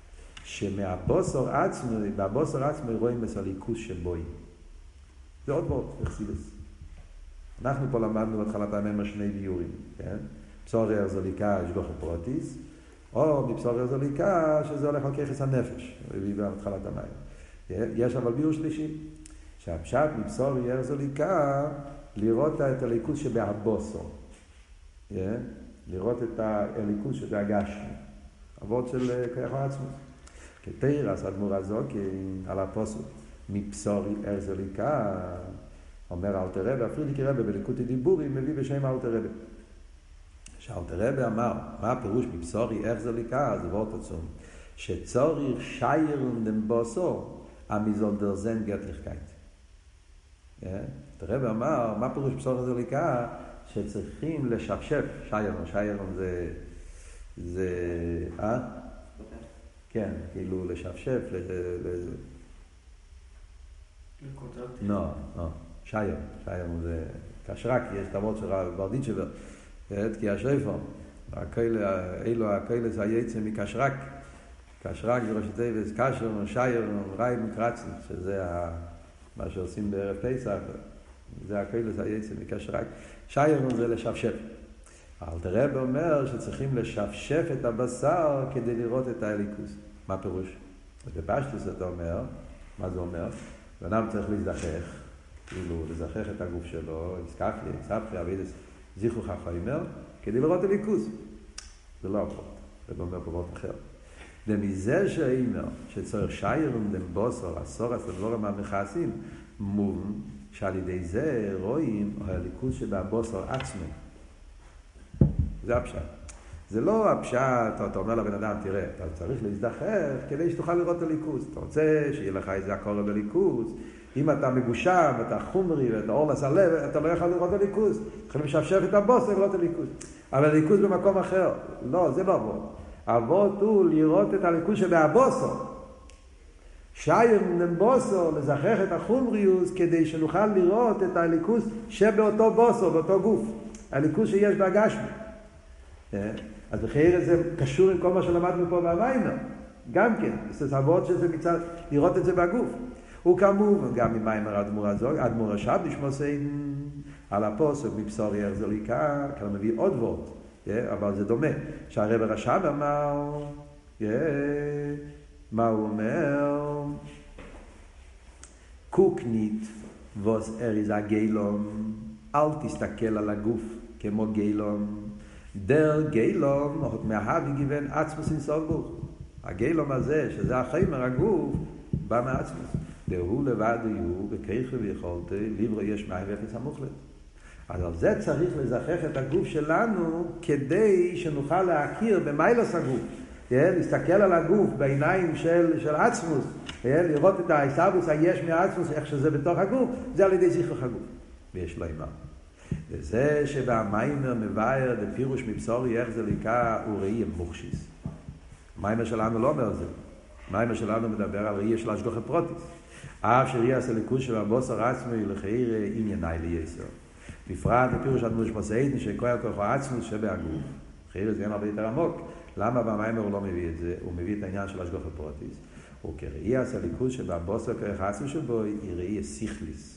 שמהבוסר עצמו, בבוסר עצמו רואים בסליקוס שבוי. זה עוד מאוד, אכסידס. אנחנו פה למדנו בתחילת המאמר שני ביורים, כן? בשורי הרזוליקה, השגוחת פרוטיס, או מבשורי הרזוליקה, שזה הולך על ככס הנפש, רביעי בתחילת המאמר. יש אבל ביור שלישי, שהפשט מבשורי הרזוליקה, לראות את הליקוס שבהבוסר. לראות את הליקוס שבהגשנו. אבות של כיח העצמוס. כתירס אדמו"ר הזוקין על הפוסוק מבשורי הרזוליקה, אומר אלתר רבי, הפרידיקי רבי בליקוטי דיבורים מביא בשם אלתר רבי. שאלתר רבי אמר, מה הפירוש מבשורי הרזוליקה? זה וורט עצום. שצורי שיירן דם בוסו, המזונדר זן גטליכקייט. אלתר רבי אמר, מה הפירוש מבשורי הרזוליקה? שצריכים לשפשף, שיירן זה, כן, כאילו לשפשף, לא, שיירן זה קשרק, יש תמות של ברדית שלו, כי השריפון, אילו הקהילס היצא מקשרק, קשרק זה ראשי תיבס, קשר, שיירן, ראי מקרצן, שזה מה שעושים בערב פסח, זה הקהילת היצא מקשר רק. שיירון זה לשפשף. אלתר רבי אומר שצריכים לשפשף את הבשר כדי לראות את האליקוס. מה פירוש? אז בפשטוס אתה אומר, מה זה אומר? ואדם צריך להזדחך, כאילו לזכח את הגוף שלו, יזכחי, יצפחי, אבידס, זיכוך החיימר, כדי לראות אליקוס. זה לא עבוד, זה אומר פרוט אחר. ומזה שאימר, שצריך שיירון דם בוסר, הסור, הסדבורם המכעסים, מובן שעל ידי זה רואים האליקוס שבבוסר עצמו. זה הפשט. זה לא הפשט, אתה אומר לבן אדם, תראה, אתה צריך להזדחך כדי שתוכל לראות הליכוז. אתה רוצה שיהיה לך איזה הקורא בליכוז. אם אתה מגושם, אתה חומרי, ואתה אורלס הלב, אתה לא יכול לראות הליכוז. יכולים לשפשף את הבוסר ולראות הליכוז. אבל הליכוז במקום אחר. לא, זה לא עבוד. עבוד הוא לראות את הליכוז שבהבוסר. שייר נבוסר, לזכח את החומריוס, כדי שנוכל לראות את הליכוז שבאותו בוסר, באותו גוף. הליכוז שיש בהגשמי. אז בחייר זה קשור עם כל מה שלמדנו פה במיימר. גם כן, זה עבוד שזה מצד לראות את זה בגוף. וכמובן, גם עם מיימר אדמו"ר הזוג, אדמו"ר השב נשמע סיין על הפוסק מבשור יחזור ליקה, כאן מביא עוד וורט, אבל זה דומה. שהרב הרשב אמר, מה הוא אומר? קוקנית ווס אריז הגילום, אל תסתכל על הגוף כמו גילום, דר גילום עוד מההבי גיוון עצמוס אינסובוך. הגילום הזה, שזה החיימר הגוף, בא מעצמוס. והוא לבד יהיו, וכיכו ויכולתי, ליברו יש מים ואפס המוחלט. אז על זה צריך לזכח את הגוף שלנו, כדי שנוכל להכיר במיילוס הגוף. להסתכל על הגוף בעיניים של עצמוס, לראות את ההיסבוס היש מהעצמוס, איך שזה בתוך הגוף, זה על ידי זכרך הגוף. ויש לו אימה. וזה שבמיימר מבאר לפירוש מבשורי איך זה ליקה הוא ראי מוכשיס. המיימר שלנו לא אומר זה. המיימר שלנו מדבר על ראי של השגחה פרוטיס. אף שראי הסליקוס של הבוסר עצמי לחייר ענייני לייסר. בפרט לפירוש אדמו"ר שמוסעידן שכל כוח העצמוס שבהגוף. חייר זה הרבה יותר עמוק. למה במיימר הוא לא מביא את זה? הוא מביא את העניין של השגחה פרוטיס. הוא כראי הסליקוס שבבוסר כוח העצמי שבו היא ראי סיכליס.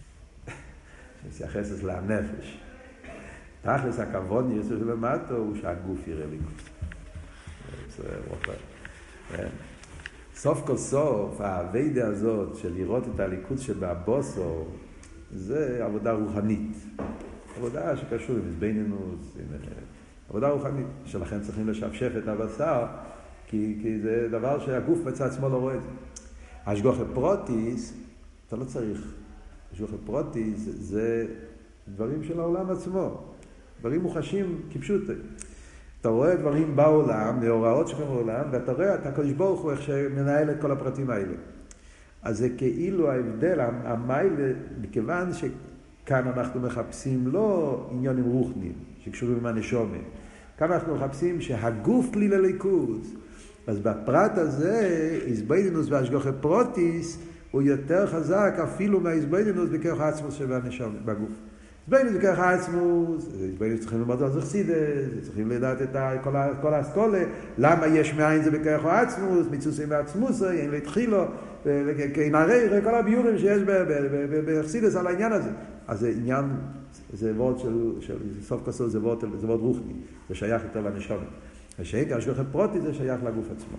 שייחס לנפש. תכלס הכבוד נראה שלמטו הוא שהגוף יראה ליקוס. זה רופא. סוף כל סוף, העבודה הזאת של לראות את הליקוס שבבוסו, זה עבודה רוחנית. עבודה שקשור עם הזבנינוס, עבודה רוחנית, שלכן צריכים לשפשף את הבשר, כי זה דבר שהגוף בצד עצמו לא רואה את זה. השגחה פרוטיס, אתה לא צריך. השגחה פרוטיס זה דברים של העולם עצמו, דברים מוחשים כפשוטה. אתה רואה דברים בעולם, מהוראות שלכם בעולם, ואתה רואה את הקדוש ברוך הוא איך שמנהל את כל הפרטים האלה. אז זה כאילו ההבדל, המיילה, מכיוון שכאן אנחנו מחפשים לא עניונים רוחניים, שקשורים עם הנשומה. כאן אנחנו מחפשים שהגוף כלי לליכוז. אז בפרט הזה, איזבנינוס והשגחה פרוטיס, הוא יותר חזק אפילו מהאיזבנינוס בכוח העצמוס שבנשומה, בגוף. איזבנינוס בכוח העצמוס, איזבנינוס צריכים ללמוד על זכסידס, צריכים לדעת את כל האסכולה, למה יש מאין זה בכוח העצמוס, מצוסים בעצמוסו, אין להתחילו, כנראה, כל הביורים שיש בחסידס על העניין הזה. אז זה עניין, זה וורד של סוף כסות, זה וורד רוחני, זה שייך יותר לנשומה. ושהיקה, השגחה פרוטיס זה שייך לגוף עצמו.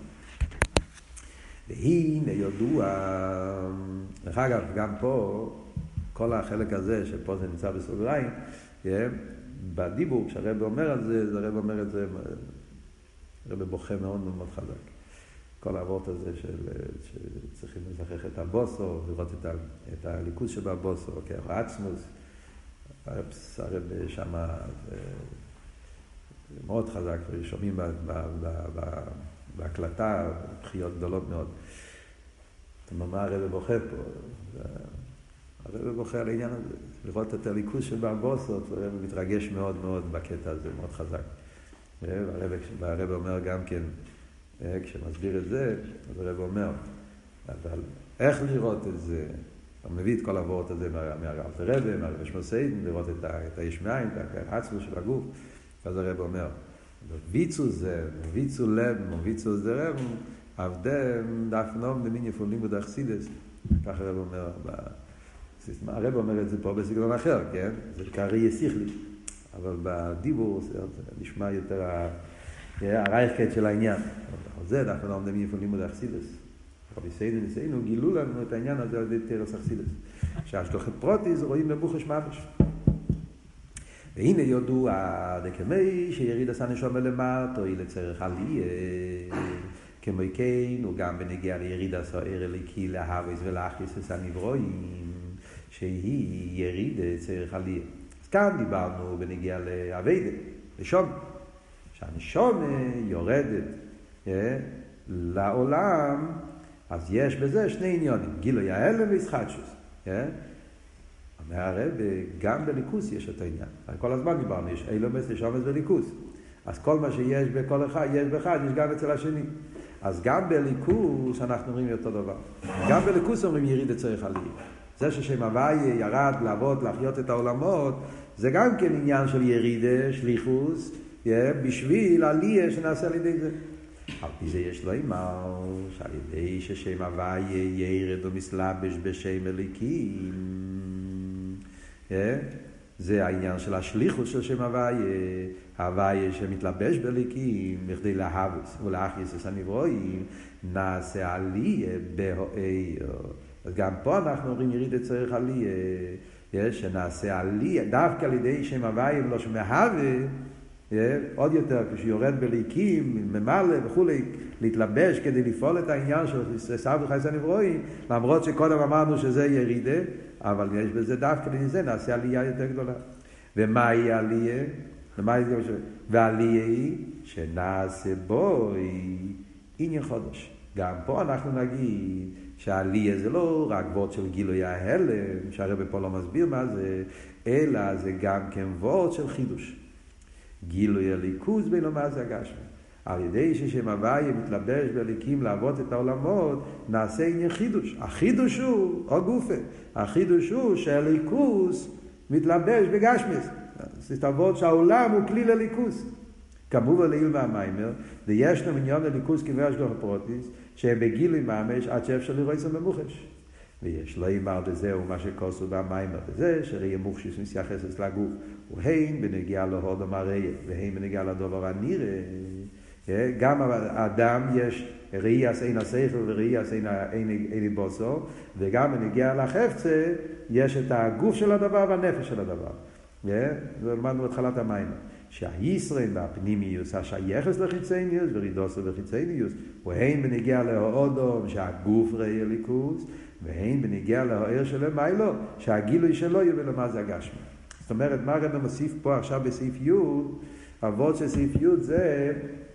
והנה ידוע, דרך אגב, גם פה, כל החלק הזה, שפה זה נמצא בסוגריים, בדיבור, כשהרב אומר על זה, הרב אומר את זה, הרב בוכה מאוד מאוד חזק. כל העבוד הזה שצריכים לזכח את הבוסו, לראות את הליכוז שבבוסו, כאח העצמוס, הרב שמה מאוד חזק, ושומעים בהקלטה, בחיות גדולות מאוד. זאת אומרת, מה הרב בוכה פה? הרב בוכה על העניין הזה, לראות את הליכוז שבבוסו, הרב מתרגש מאוד מאוד בקטע הזה, מאוד חזק. והרב אומר גם כן, כשמסביר את זה, אז הרב אומר, אבל איך לראות את זה? הוא מביא את כל העבורת הזה מהרב שמוסעידן, לראות את היש מאין, את העצמוס של הגוף. אז הרב אומר, ויצו זה, ויצו לב, ויצו זה רב, עבדם דף נום דמין יפולים בדרך סידס. כך הרב אומר הרב אומר את זה פה בסגנון אחר, כן? זה קראי שכלי, אבל בדיבור זה נשמע יותר הרייכקט של העניין. זה אנחנו לא עומדים איפה לימוד האכסידס. רבי סיידן ניסינו גילו לנו את העניין הזה על ידי תרס אכסידס. שהשלוחת פרוטיס רואים לבוכש ממש. והנה יודו דקמי שיריד עשה נשום למטו היא לצריך עליה כמו כן הוא גם בנגיע ליריד עשה ער אליקי להוויס ולאחיס הנברואים שהיא יריד צריך עליה. אז כאן דיברנו בנגיע לעבדה, לשום, שהנשום יורדת לעולם, אז יש בזה שני עניונים, גילוי ההלם וישחטשוס. אומר הרב, גם בליכוס יש את העניין. כל הזמן דיברנו, יש אילומס, נשומס וליכוס. אז כל מה שיש בכל אחד, יש באחד, יש גם אצל השני. אז גם בליכוס אנחנו אומרים אותו דבר. גם בליכוס אומרים יריד צריך עליה. זה ששם הוואי ירד לעבוד, להחיות את העולמות, זה גם כן עניין של ירידה, שליחוס, בשביל עליה שנעשה על ידי זה. על פי זה יש לו אימר, שעל ידי ששם הוואי ירד ומסלבש בשם אליקים. זה העניין של השליחוס של שם הוואי, הוואי שמתלבש באליקים, בכדי להבוס ולאחיס את הנברואים, נעשה עליה בהוער. אז גם פה אנחנו אומרים יריד צריך עליה, שנעשה עליה, דווקא על ידי שם הוואי ולא שמהווה, עוד יותר כשיורד בליקים, ממלא וכו', להתלבש כדי לפעול את העניין של סב וחייס הנברואים, למרות שקודם אמרנו שזה ירידה, אבל יש בזה דווקא לזה נעשה עלייה יותר גדולה. ומה היא עלייה? והעלייה היא שנעשה בו עניין חודש. גם פה אנחנו נגיד שהעלייה זה לא רק וורד של גילוי ההלם, שהרב פה לא מסביר מה זה, אלא זה גם כן וורד של חידוש. גילוי הליכוז בין מה זה הגשמי. על ידי ששם הוואי מתלבש באליקים לעבוד את העולמות, נעשה עניין חידוש. החידוש הוא, או גופה, החידוש הוא שהליכוז מתלבש בגשמיס. זאת אומרת שהעולם הוא כלי לליכוז. כמובן לעיל והמיימר, ויש לנו עניין לליכוז כברי השגוח הפרוטיס, שהם בגילוי ממש עד שאפשר לראות שם במוחש. ויש לא אמר דזהו מה שקוסו במיימר בזה, שראי מוחשיס מסייחס לגוף, והם בנגיע להוד המראה, והם בנגיע לדובר הנראה. גם האדם יש ראייה אין השכל וראייה אין בוסו, וגם בנגיע לחפצה יש את הגוף של הדבר והנפש של הדבר. זה למדנו בתחילת המים. שהישראל והפנימיוס השייכס לחיצניוס ורידוסו וחיצניוס, והם בנגיע להודום שהגוף ראי הליכוז, והם בנגיע להער שלהם מיילו, שהגילוי שלו יהיה בלמה זה הגשמי. זאת אומרת, מה הרב מוסיף פה עכשיו בסעיף י', אבות של סעיף י' זה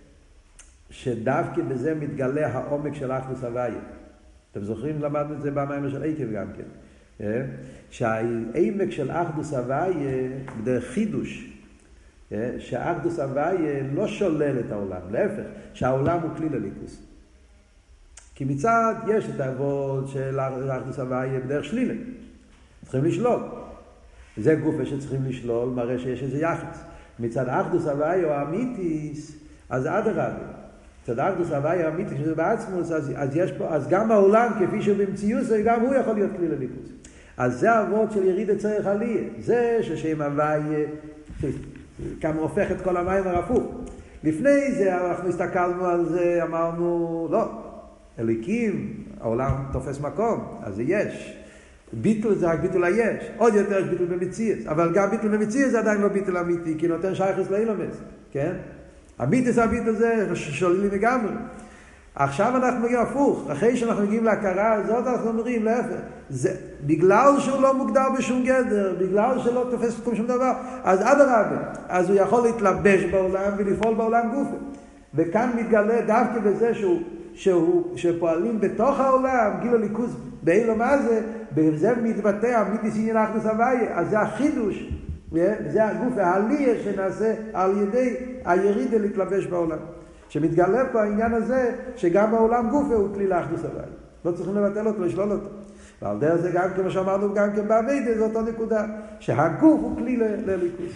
שדווקא בזה מתגלה העומק של אחדוס הוויה. אתם זוכרים? למדנו את זה במאמר של עקב גם כן. שהעמק של אחדוס הוויה בדרך חידוש, שהאחדוס הוויה לא שולל את העולם, להפך, שהעולם הוא כלי לליכוס. כי מצד יש את העבוד של אחדוס הוויה בדרך שלילה. צריכים לשלול. זה גופה שצריכים לשלול, מראה שיש איזה יחס. מצד אחדוס הוויה או אמיתיס, אז עד הרב. מצד אחדוס הוויה או אמיתיס, שזה בעצמוס, אז יש פה, אז גם העולם כפי שהוא במציאות, גם הוא יכול להיות כלי לליכוס. אז זה העבוד של יריד צריך עליה. זה ששם הוויה, כמה הופך את כל המים הרפוך. לפני זה אנחנו הסתכלנו על זה, אמרנו, לא. אליקים, העולם תופס מקום, אז זה יש. ביטל זה רק ביטל היש. עוד יותר יש ביטל במציאות. אבל גם ביטל במציאות זה עדיין לא ביטל אמיתי, כי נותן שייכס לאילומס. כן? הביטל זה הביטל זה שוללים לגמרי. עכשיו אנחנו מגיעים הפוך. אחרי שאנחנו מגיעים להכרה הזאת, אנחנו אומרים להפך. זה בגלל שהוא לא מוגדר בשום גדר, בגלל שלא תופס שום דבר, אז עד הרבה. אז הוא יכול להתלבש בעולם ולפעול בעולם גופה. וכאן מתגלה דווקא בזה שפועלים בתוך העולם, גילו ליכוז באילו מה זה, בזה מתבטא אמיתיס עניין אחדוס הוויה. אז זה החידוש, זה הגוף העלייה שנעשה על ידי הירידה להתלבש בעולם. שמתגלה פה העניין הזה שגם בעולם גופה הוא כלי לאחדוס הוויה. לא צריכים לבטל אותו, לשלול אותו. ועל דרך זה גם כמו שאמרנו גם כן בעבודה, זו אותו נקודה, שהגוף הוא כלי לליכוז.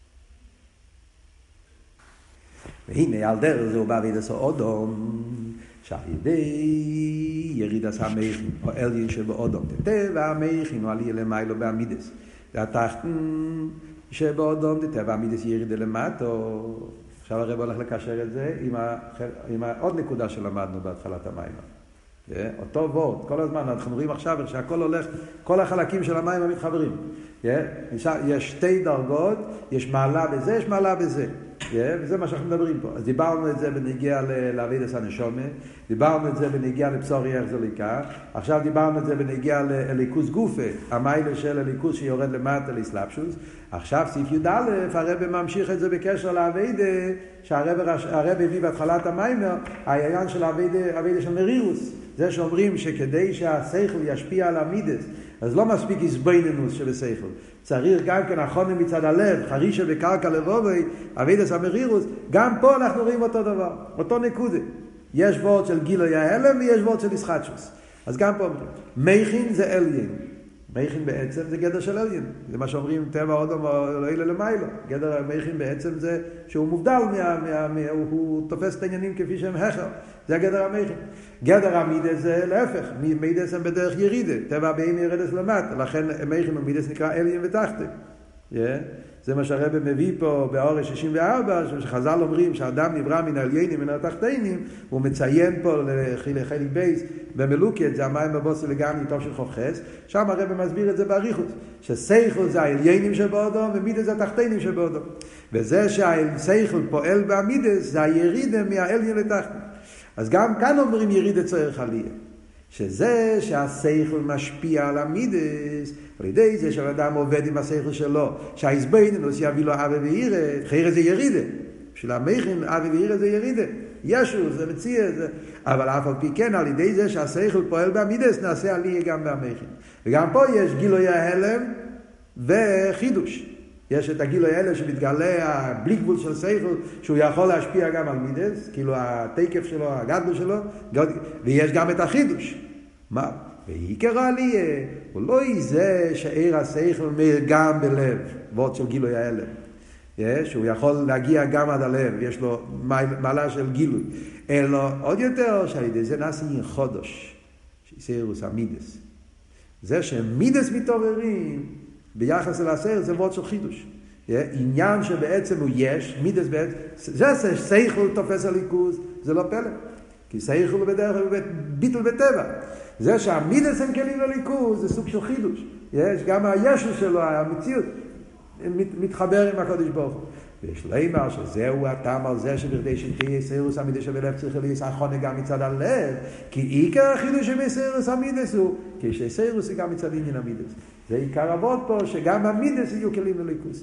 והנה על דרך זה הוא בעבודה סעודום, שעל ידי ירידת המכין, או אליין שבאודום, טבע המכין, או עלייה למיילו בעמידס. זה התחתן שבאודום, טבע עמידס ירידה למטו. עכשיו הרב הולך לקשר את זה עם עוד נקודה שלמדנו בהתחלת המים. אותו וורט, כל הזמן, אנחנו רואים עכשיו שהכל הולך, כל החלקים של המים המתחברים. יש שתי דרגות, יש מעלה בזה, יש מעלה בזה. וזה מה שאנחנו מדברים פה. אז דיברנו את זה בנגיע לעבודת הנשמה, דיברנו את זה בנגיע לבשורי איך זה ליקה, עכשיו דיברנו את זה בנגיע לליכוז גופה, המיילה של הליכוז שיורד למטה לאסלאפשוס. עכשיו סעיף י"א, הרב ממשיך את זה בקשר לעבודה, שהרב הביא בהתחלת המיימר, העניין של העבודה של מרירוס. זה שאומרים שכדי שהשכל ישפיע על המידס, אז לא מספיק הסביננוס שבשכל. צריך גם כן החונן מצד הלב, חרישה בקרקע לבובי, אבידס המרירוס, גם פה אנחנו רואים אותו דבר, אותו נקודה. יש וורט של גילוי ההלם ויש וורט של ישחטשוס. אז גם פה אומרים, מכין זה אליין. מכין בעצם זה גדר של אליין. זה מה שאומרים, טבע אודום לא אלה למיילו. גדר המכין בעצם זה שהוא מובדל, הוא תופס את העניינים כפי שהם החר. זה גדר המכין. גדר המידס זה להפך, מידס הם בדרך ירידה. טבע הבאים ירדס למטה. לכן מכין ומידס נקרא אליין ותחתן. זה מה שהרבא מביא פה באורש 64, שחז"ל אומרים שהאדם נברא מן העליינים מן התחתינים, הוא מציין פה לחלק בייס במלוקת, זה המים בבוסר לגמרי טוב של חוכס, שם הרבא מסביר את זה באריכות, שסייכל זה העליינים שבאודום ומידס זה התחתינים שבאודום. וזה שהסייכל פועל בעמידס זה הירידה מהעליין לתחתן. אז גם כאן אומרים ירידה צריך עלייה. שזה שהשכל משפיע על המידס, על ידי זה שהאדם עובד עם השכל שלו, שהאיזבנינוס יביא לו אבי ואירה, אחרי זה ירידה. בשביל המכין אבי ואירה זה ירידה. ישו, זה מציע, זה... אבל אף על פי כן, על ידי זה שהשכל פועל במידס, נעשה עלייה גם במכין. וגם פה יש גילוי ההלם וחידוש. יש את הגילוי ההלם שמתגלה, בלי גבול של שכל, שהוא יכול להשפיע גם על מידס, כאילו התקף שלו, הגדול שלו, ויש גם את החידוש. מה? ועיקר העלייה, הוא לא יזה שעיר השכל מאיר גם בלב, ועוד של גילוי ההלם. שהוא יכול להגיע גם עד הלב, יש לו מעלה של גילוי. אלא עוד יותר, שעל ידי זה נעשה חודש, שיסיירוס המידס. זה שמידס מתעוררים, ביחס אל הסייכל זה ועוד של חידוש. עניין שבעצם הוא יש, מידס בעצם, זה שכל תופס הליכוז, זה לא פלא. כי שכל הוא בדרך כלל ביטול בטבע. זה שהמידס הם כלים לליכוז, זה סוג של חידוש. יש גם הישו שלו, המציאות, מתחבר עם הקודש ברוך הוא. ויש להימר שזהו הטעם על זה שבכדי שתהיה סיירוס המידס שבלב צריך להיות החונה גם מצד הלב, כי עיקר החידוש שבסיירוס המידס הוא, כי שסיירוס זה גם מצד עניין המידס. זה עיקר עבוד פה, שגם המידס יהיו כלים לליכוז.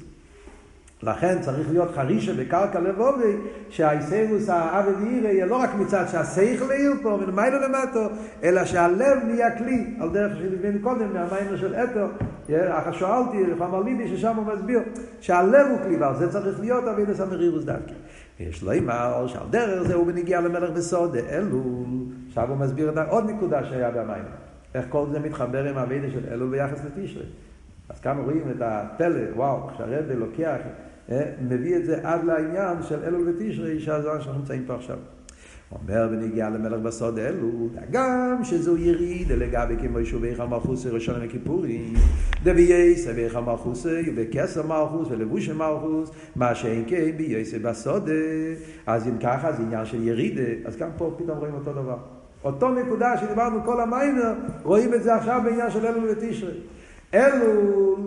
לכן צריך להיות חרישה בקרקע לבובי, שהאיסרוס האבי ואירה יהיה לא רק מצד שהשכל יהיה פה, מלמיילו למטו, אלא שהלב נהיה כלי, על דרך שלבנו קודם, מהמיימר של אתו, שאלתי, אמר ליבי ששם הוא מסביר, שהלב הוא כלי, ועל זה צריך להיות אבידס המרירוס דווקא. יש לו אמר שעל דרך זה הוא בנגיע למלך בסודה, אלול, עכשיו הוא מסביר את עוד נקודה שהיה במיימר. איך כל זה מתחבר עם האבידס של אלול ביחס לתשרי. אז כאן רואים את הפלא, וואו, כשהרב לוקח, מביא את זה עד לעניין של אלול ותשרי, שהזמן שאנחנו נמצאים פה עכשיו. אומר ונגיע למלך בסוד אלול, גם שזו יריד לגבי כמו ישוביך מלכוס ראשון הכיפורים, דבייס אביך מלכוס ובכסר מלכוס ולבוש מלכוס, מה שאין כן בייס בסוד. אז אם ככה זה עניין של יריד, אז גם פה פתאום רואים אותו דבר. אותו נקודה שדיברנו כל המיימר, רואים את זה עכשיו בעניין של אלול ותשרי. אלול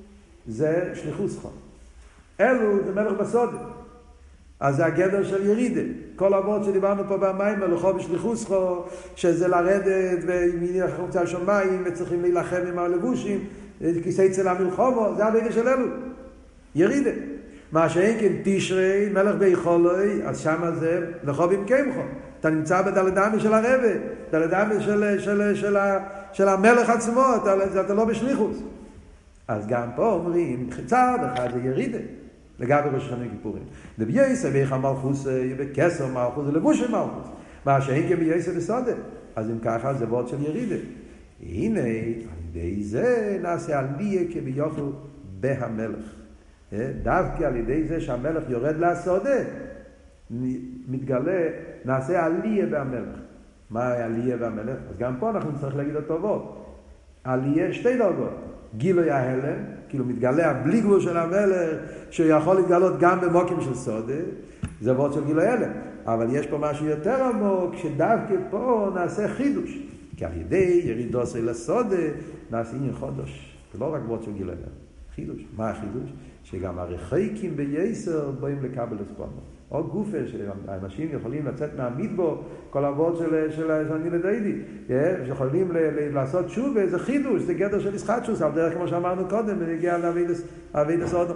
זה שליחוסך. אלול זה מלך בסוד. אז זה הגדר של ירידה. כל אבות שדיברנו פה במים, הלכו בשליחוסך, שזה לרדת ומחוצה השמיים, וצריכים להילחם עם הלבושים, כיסי צל המלחומו, זה הגדר של אלול. ירידה. מה שאין כן תשרי, מלך ביכולוי, אז שמה זה לכו במקמך. אתה נמצא בדלדמי של הרבא, דלדמי של המלך עצמו, אתה לא בשליחוס. אז גם פה אומרים, צעד אחד זה ירידה. לגבי ראש השנה כיפורים. דבייס אביך מלכוס ובכסר מלכוס ולבוש מלכוס. מה שאין כן בייס בסודה. אז אם ככה זה וורט של ירידה. הנה, על ידי זה נעשה עליה כביכול בהמלך. דווקא על ידי זה שהמלך יורד לסודה, מתגלה, נעשה עליה בהמלך. מה העלייה והמלך? אז גם פה אנחנו נצטרך להגיד אותו ווד. עלייה שתי דרגות. גילוי ההלם, כאילו מתגלה בלי גבול של המלך, שיכול להתגלות גם במוקים של סודה, זה ווד של גילוי ההלם. אבל יש פה משהו יותר עמוק, שדווקא פה נעשה חידוש. כי על ידי ירידו של הסודה, נעשה עניין חודש. זה לא רק ווד של גילוי ההלם. חידוש. מה החידוש? שגם הרחייקים בייסר באים לקבל הספונו. עוד גופה שאנשים יכולים לצאת מהמדבור, כל העבוד של אני לדיידי, שיכולים לעשות שוב איזה חידוש, זה גדר של ישחטשוס, על דרך כמו שאמרנו קודם, ונגיע להביא לסודו.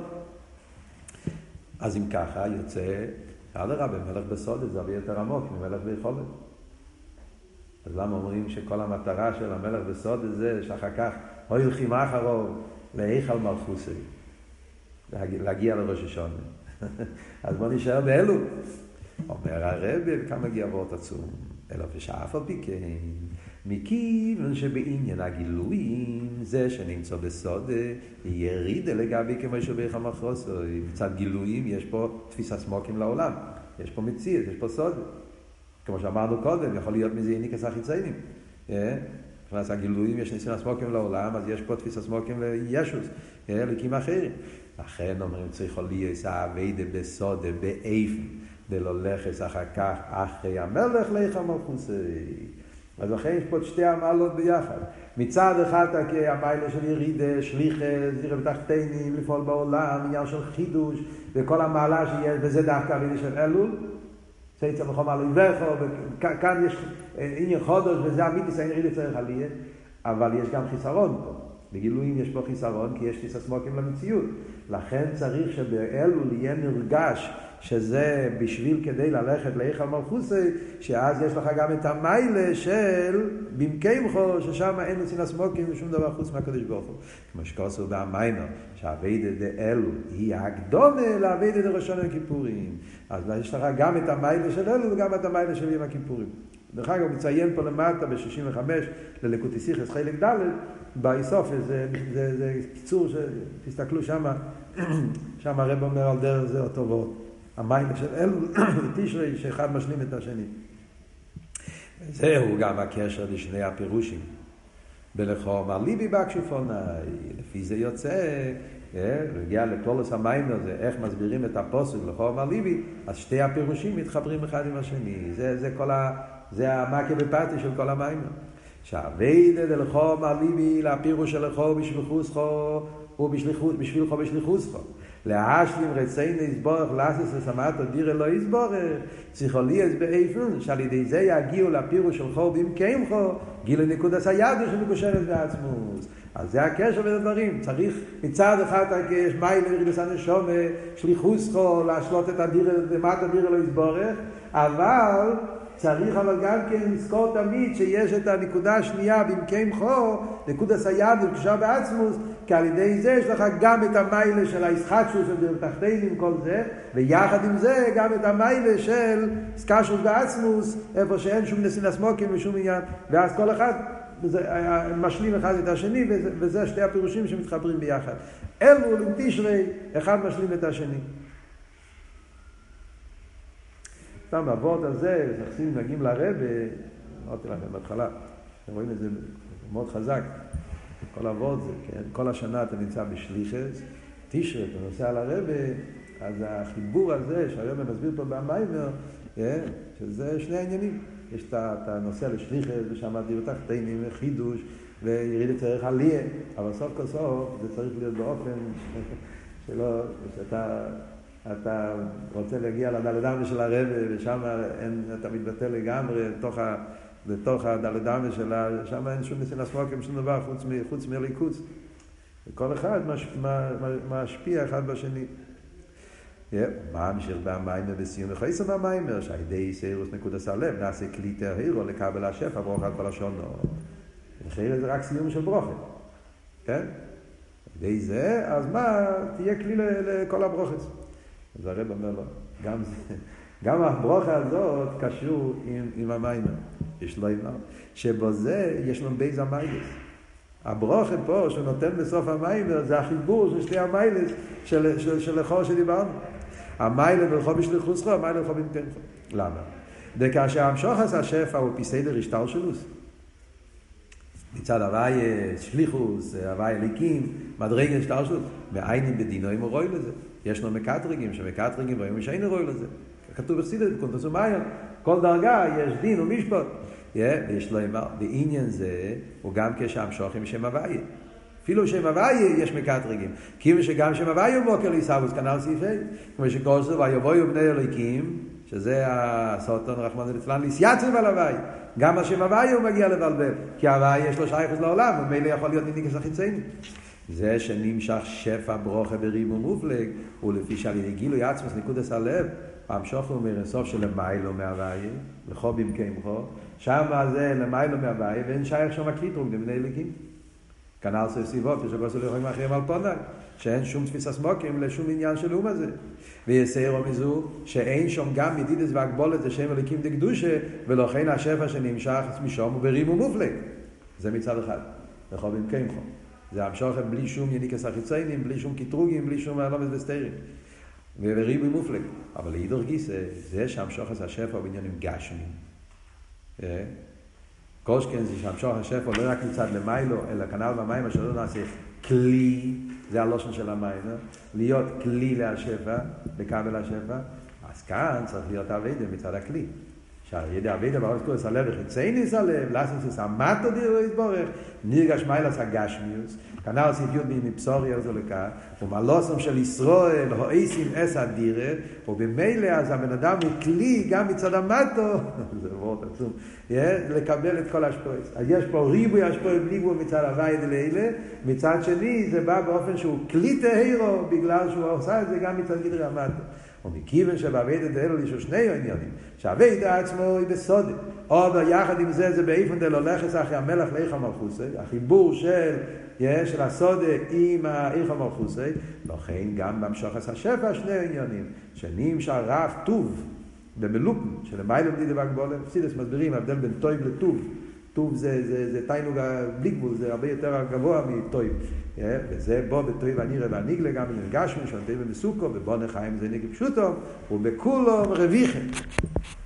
אז אם ככה יוצא, אדרבה, מלך בסוד זה הרבה יותר עמוק ממלך ביכולת. אז למה אומרים שכל המטרה של המלך בסוד זה שאחר כך הולכים אחרו להיכל מלכוסי, להגיע לראש השונה. אז בוא נשאר באלו. אומר הרב, כמה גאוות עצום. אלא ושאף על פי כן, מכיוון שבעניין הגילויים, זה שנמצא בסוד, יריד לגבי כמו שבאיך המחרוסו. מצד גילויים יש פה תפיסה סמוקים לעולם. יש פה מציאות, יש פה סוד. כמו שאמרנו קודם, יכול להיות מזה יניקס החיציינים. כלומר, הגילויים יש ניסיון סמוקים לעולם, אז יש פה תפיסה סמוקים לישוס, לקים אחרים. לכן אומרים צריכו להיות העבודה בסוד, באיפן, דלא לכס אחר כך, אחרי המלך לך מלכוסי. אז לכן יש פה שתי המעלות ביחד. מצד אחד המעלה של ירידה, שליחה, זירה בתחתינים, לפעול בעולם, עניין של חידוש, וכל המעלה שיש, וזה דווקא העבודה של אלול. צייצה בחום על עיווכו, וכאן יש עניין חודש, וזה אמיתיס, אין ירידה צריך עליה, אבל יש גם חיסרון פה. בגילויים יש פה חיסרון, כי יש תפיסה סמוקים למציאות. לכן צריך שבאלול יהיה נרגש שזה בשביל כדי ללכת להיכל מלכוסי, שאז יש לך גם את המיילה של במקיימכו, ששם אין נצין הסמוקים ושום דבר חוץ מהקדוש ברוך הוא. כמו שכוסו בהמיינו, שהעבודה דאלול היא הקדומה לעבודה דראשון הכיפורים. אז יש לך גם את המיילה של אלול וגם את המיילה של יום הכיפורים. דרך אגב, הוא מציין פה למטה ב-65 לליקוטי סיכס חלק ד' באיסוף, זה קיצור שתסתכלו שמה, שם הרב אומר על דרך זה אותו ועוד. המיילה של אלול ותשרי שאחד משלים את השני. זהו גם הקשר לשני הפירושים. בלכו אמר ליבי בקשופוני, לפי זה יוצא, רגיע לקלולוס המיימר זה, איך מסבירים את הפוסק, לכו אמר ליבי, אז שתי הפירושים מתחברים אחד עם השני. זה המקה בפתי של כל המיימר. שהעבודה דלכו אמר ליבי, לפירוש שלכו בשליחוסכו, ובשבילכו בשליחוסכו. להשלים רצינו יסבורך לאסס וסמאתו דירה לא יסבורך, צריכו ליאס באיפן, שעל ידי זה יגיעו לפירוש שלכו במקיימכו, גילו נקודס הידו שמקושרת בעצמוס. אז זה הקשר בין הדברים. צריך מצד אחד יש מיילה ירידס הנשומה, שליחוסכו, להשלות את הדירה, למטה דירה לא יסבורך, אבל צריך גם כן לזכור תמיד שיש את הנקודה השנייה במקיימכו, נקודס הידו שמקושרת בעצמוס, כי על ידי זה יש לך גם את המיילה של הישחטשוס ובתחתינים כל זה, ויחד עם זה גם את המיילה של סקשוס בעצמוס, איפה שאין שום נסין הסמוקים ושום עניין, ואז כל אחד משלים אחד את השני, וזה שתי הפירושים שמתחברים ביחד. אלול עם תשרי, אחד משלים את השני. סתם העבוד הזה, נכנסים נגיעים לרב, אמרתי לכם בהתחלה, אתם רואים את זה מאוד חזק, כל העבוד זה, כן? כל השנה אתה נמצא בשליחס, תשרי, אתה נוסע על הרב, אז החיבור הזה שהיום מסביר פה במיימר, שזה שני העניינים. יש את הנושא לשליחס, ושם דיור תחתינים, חידוש, ויריד צריך עליה, אבל סוף כל סוף זה צריך להיות באופן שלא, שאתה רוצה להגיע לדלדמה של הרב, ושם אתה מתבטא לגמרי לתוך הדלדמה שלה, שם אין שום ניסין הסמוקים, שום דבר חוץ מליכוס. וכל אחד משפיע אחד בשני. מה המשך במיימר בסיום וחייסם במיימר, שהידי סיירוס נקודס הלב, נעשה כלי תרהירו לקבל השפע, ברוך על כל השונו. וחיירה זה רק סיום של ברוכה. כן? הידי זה, אז מה, תהיה כלי לכל הברוכס. אז הרב אומר לו, גם הברוכה הזאת קשור עם המיימר. יש לו אימר, שבו זה יש לו בייז המיילס. הברוכה פה שנותן בסוף המיימר זה החיבור של שתי המיילס של לכו שדיברנו. המיילה ולכו בשליחוסכו, המיילה ולכו במקיימכו. למה? וכאשר המשוחס השפע הוא פסדר השתלשלוס. מצד הוואי שליחוס, הוואי ליקים, מדרגה השתלשלוס. בעיינים בדינו אם הוא רואה לזה. ישנו מקטרגים שמקטרגים רואים שאין רואה לזה. כתוב בחסידות, בקונטרס ומעיין. כל דרגה יש דין ומשפט. ויש לו אמר, בעניין זה הוא גם כשהמשוחים שם הוואי. אפילו שם הוואי יש מקטרגים. כמו שגם שם הוואי הוא מוקר ליסאבוס, כנ"ל סעיפי. כמו שכוסו, ויבואו בני אלוהיקים, שזה הסוטון רחמנא ליצלן, ליסייצב על הוואי. גם השם הוואי הוא מגיע לבלבל. כי הוואי יש לו שייכות לעולם, ומילא יכול להיות ניניקס החיצייני. זה שנמשך שפע ברוכה בריבו מופלג, ולפי שעל ידי גילוי עצמוס נקודס הלב, המשוך הוא מרסוף של למיילו מהוואי, לכו במקיימכו, שם זה למיילו מהוואי, ואין שייך שם הקליטרום לבני אלוהים. כנ"ל סביבות, שגוסו לרחוקים אחרים על פונאי, שאין שום תפיסה סמוקים לשום עניין של אום הזה. ויסיירו מזו שאין שום גם מדידס והגבולת זה שם אלוהים דקדושה, ולכן השפע שנמשך משום הוא בריבו מופלג. זה מצד אחד, לכו במקיימכו. זה המשוך בלי שום יניקס החיציינים, בלי שום קיטרוגים, בלי שום אלומס וסתירים. וריבוי מופלג. אבל להידור גיסא, זה שהמשוך את השפע הוא בעניינים גשמים. כל שכן זה שהמשוך השפע לא רק מצד למיילו, אלא כנ"ל במים אשר לא נעשה כלי, זה הלושן של המים, להיות כלי להשפע, לקבל השפע, אז כאן צריך להיות עבודה מצד הכלי. שהידי עבודה בעוד קורס הלב וחיצייניס הלב, לסנסיס המטו דירו יתבורך, נרגש מיילס הגשמיוס, כנ"ל ספיות מבשורי איזו לכך, ומלוסם של ישראל, הועיסים אס הדירה, ובמילא אז הבן אדם מכלי גם מצד המטו, זה מאוד עצום, לקבל את כל השפויס. אז יש פה ריבוי השפוי בלי גבול מצד הוואי דלילה, מצד שני זה בא באופן שהוא כלי תהירו, בגלל שהוא עושה את זה גם מצד גדרי המטו. ומכיוון שבעבודת האלו יש שני עניינים, שהעבודת עצמו היא בסוד, אבל יחד עם זה באיפן דלא לכס אחרי המלך לאיך המלכוסי, החיבור של הסוד עם האיך המלכוסי, לכן גם במשוחס השפע שני עניינים, שנמשך רב טוב במלופן, שלמיילא בדידה והגבולה, פסידס מסבירים, ההבדל בין טוב לטוב, טוב זה תיינוג בלי גבול, זה הרבה יותר גבוה מטוב. וזה בו בטוב והנירה והניגלה, גם בנרגשנו, שנתיים במסוכו, ובו נחיים זה נגב פשוטו, ובכולו רוויחם.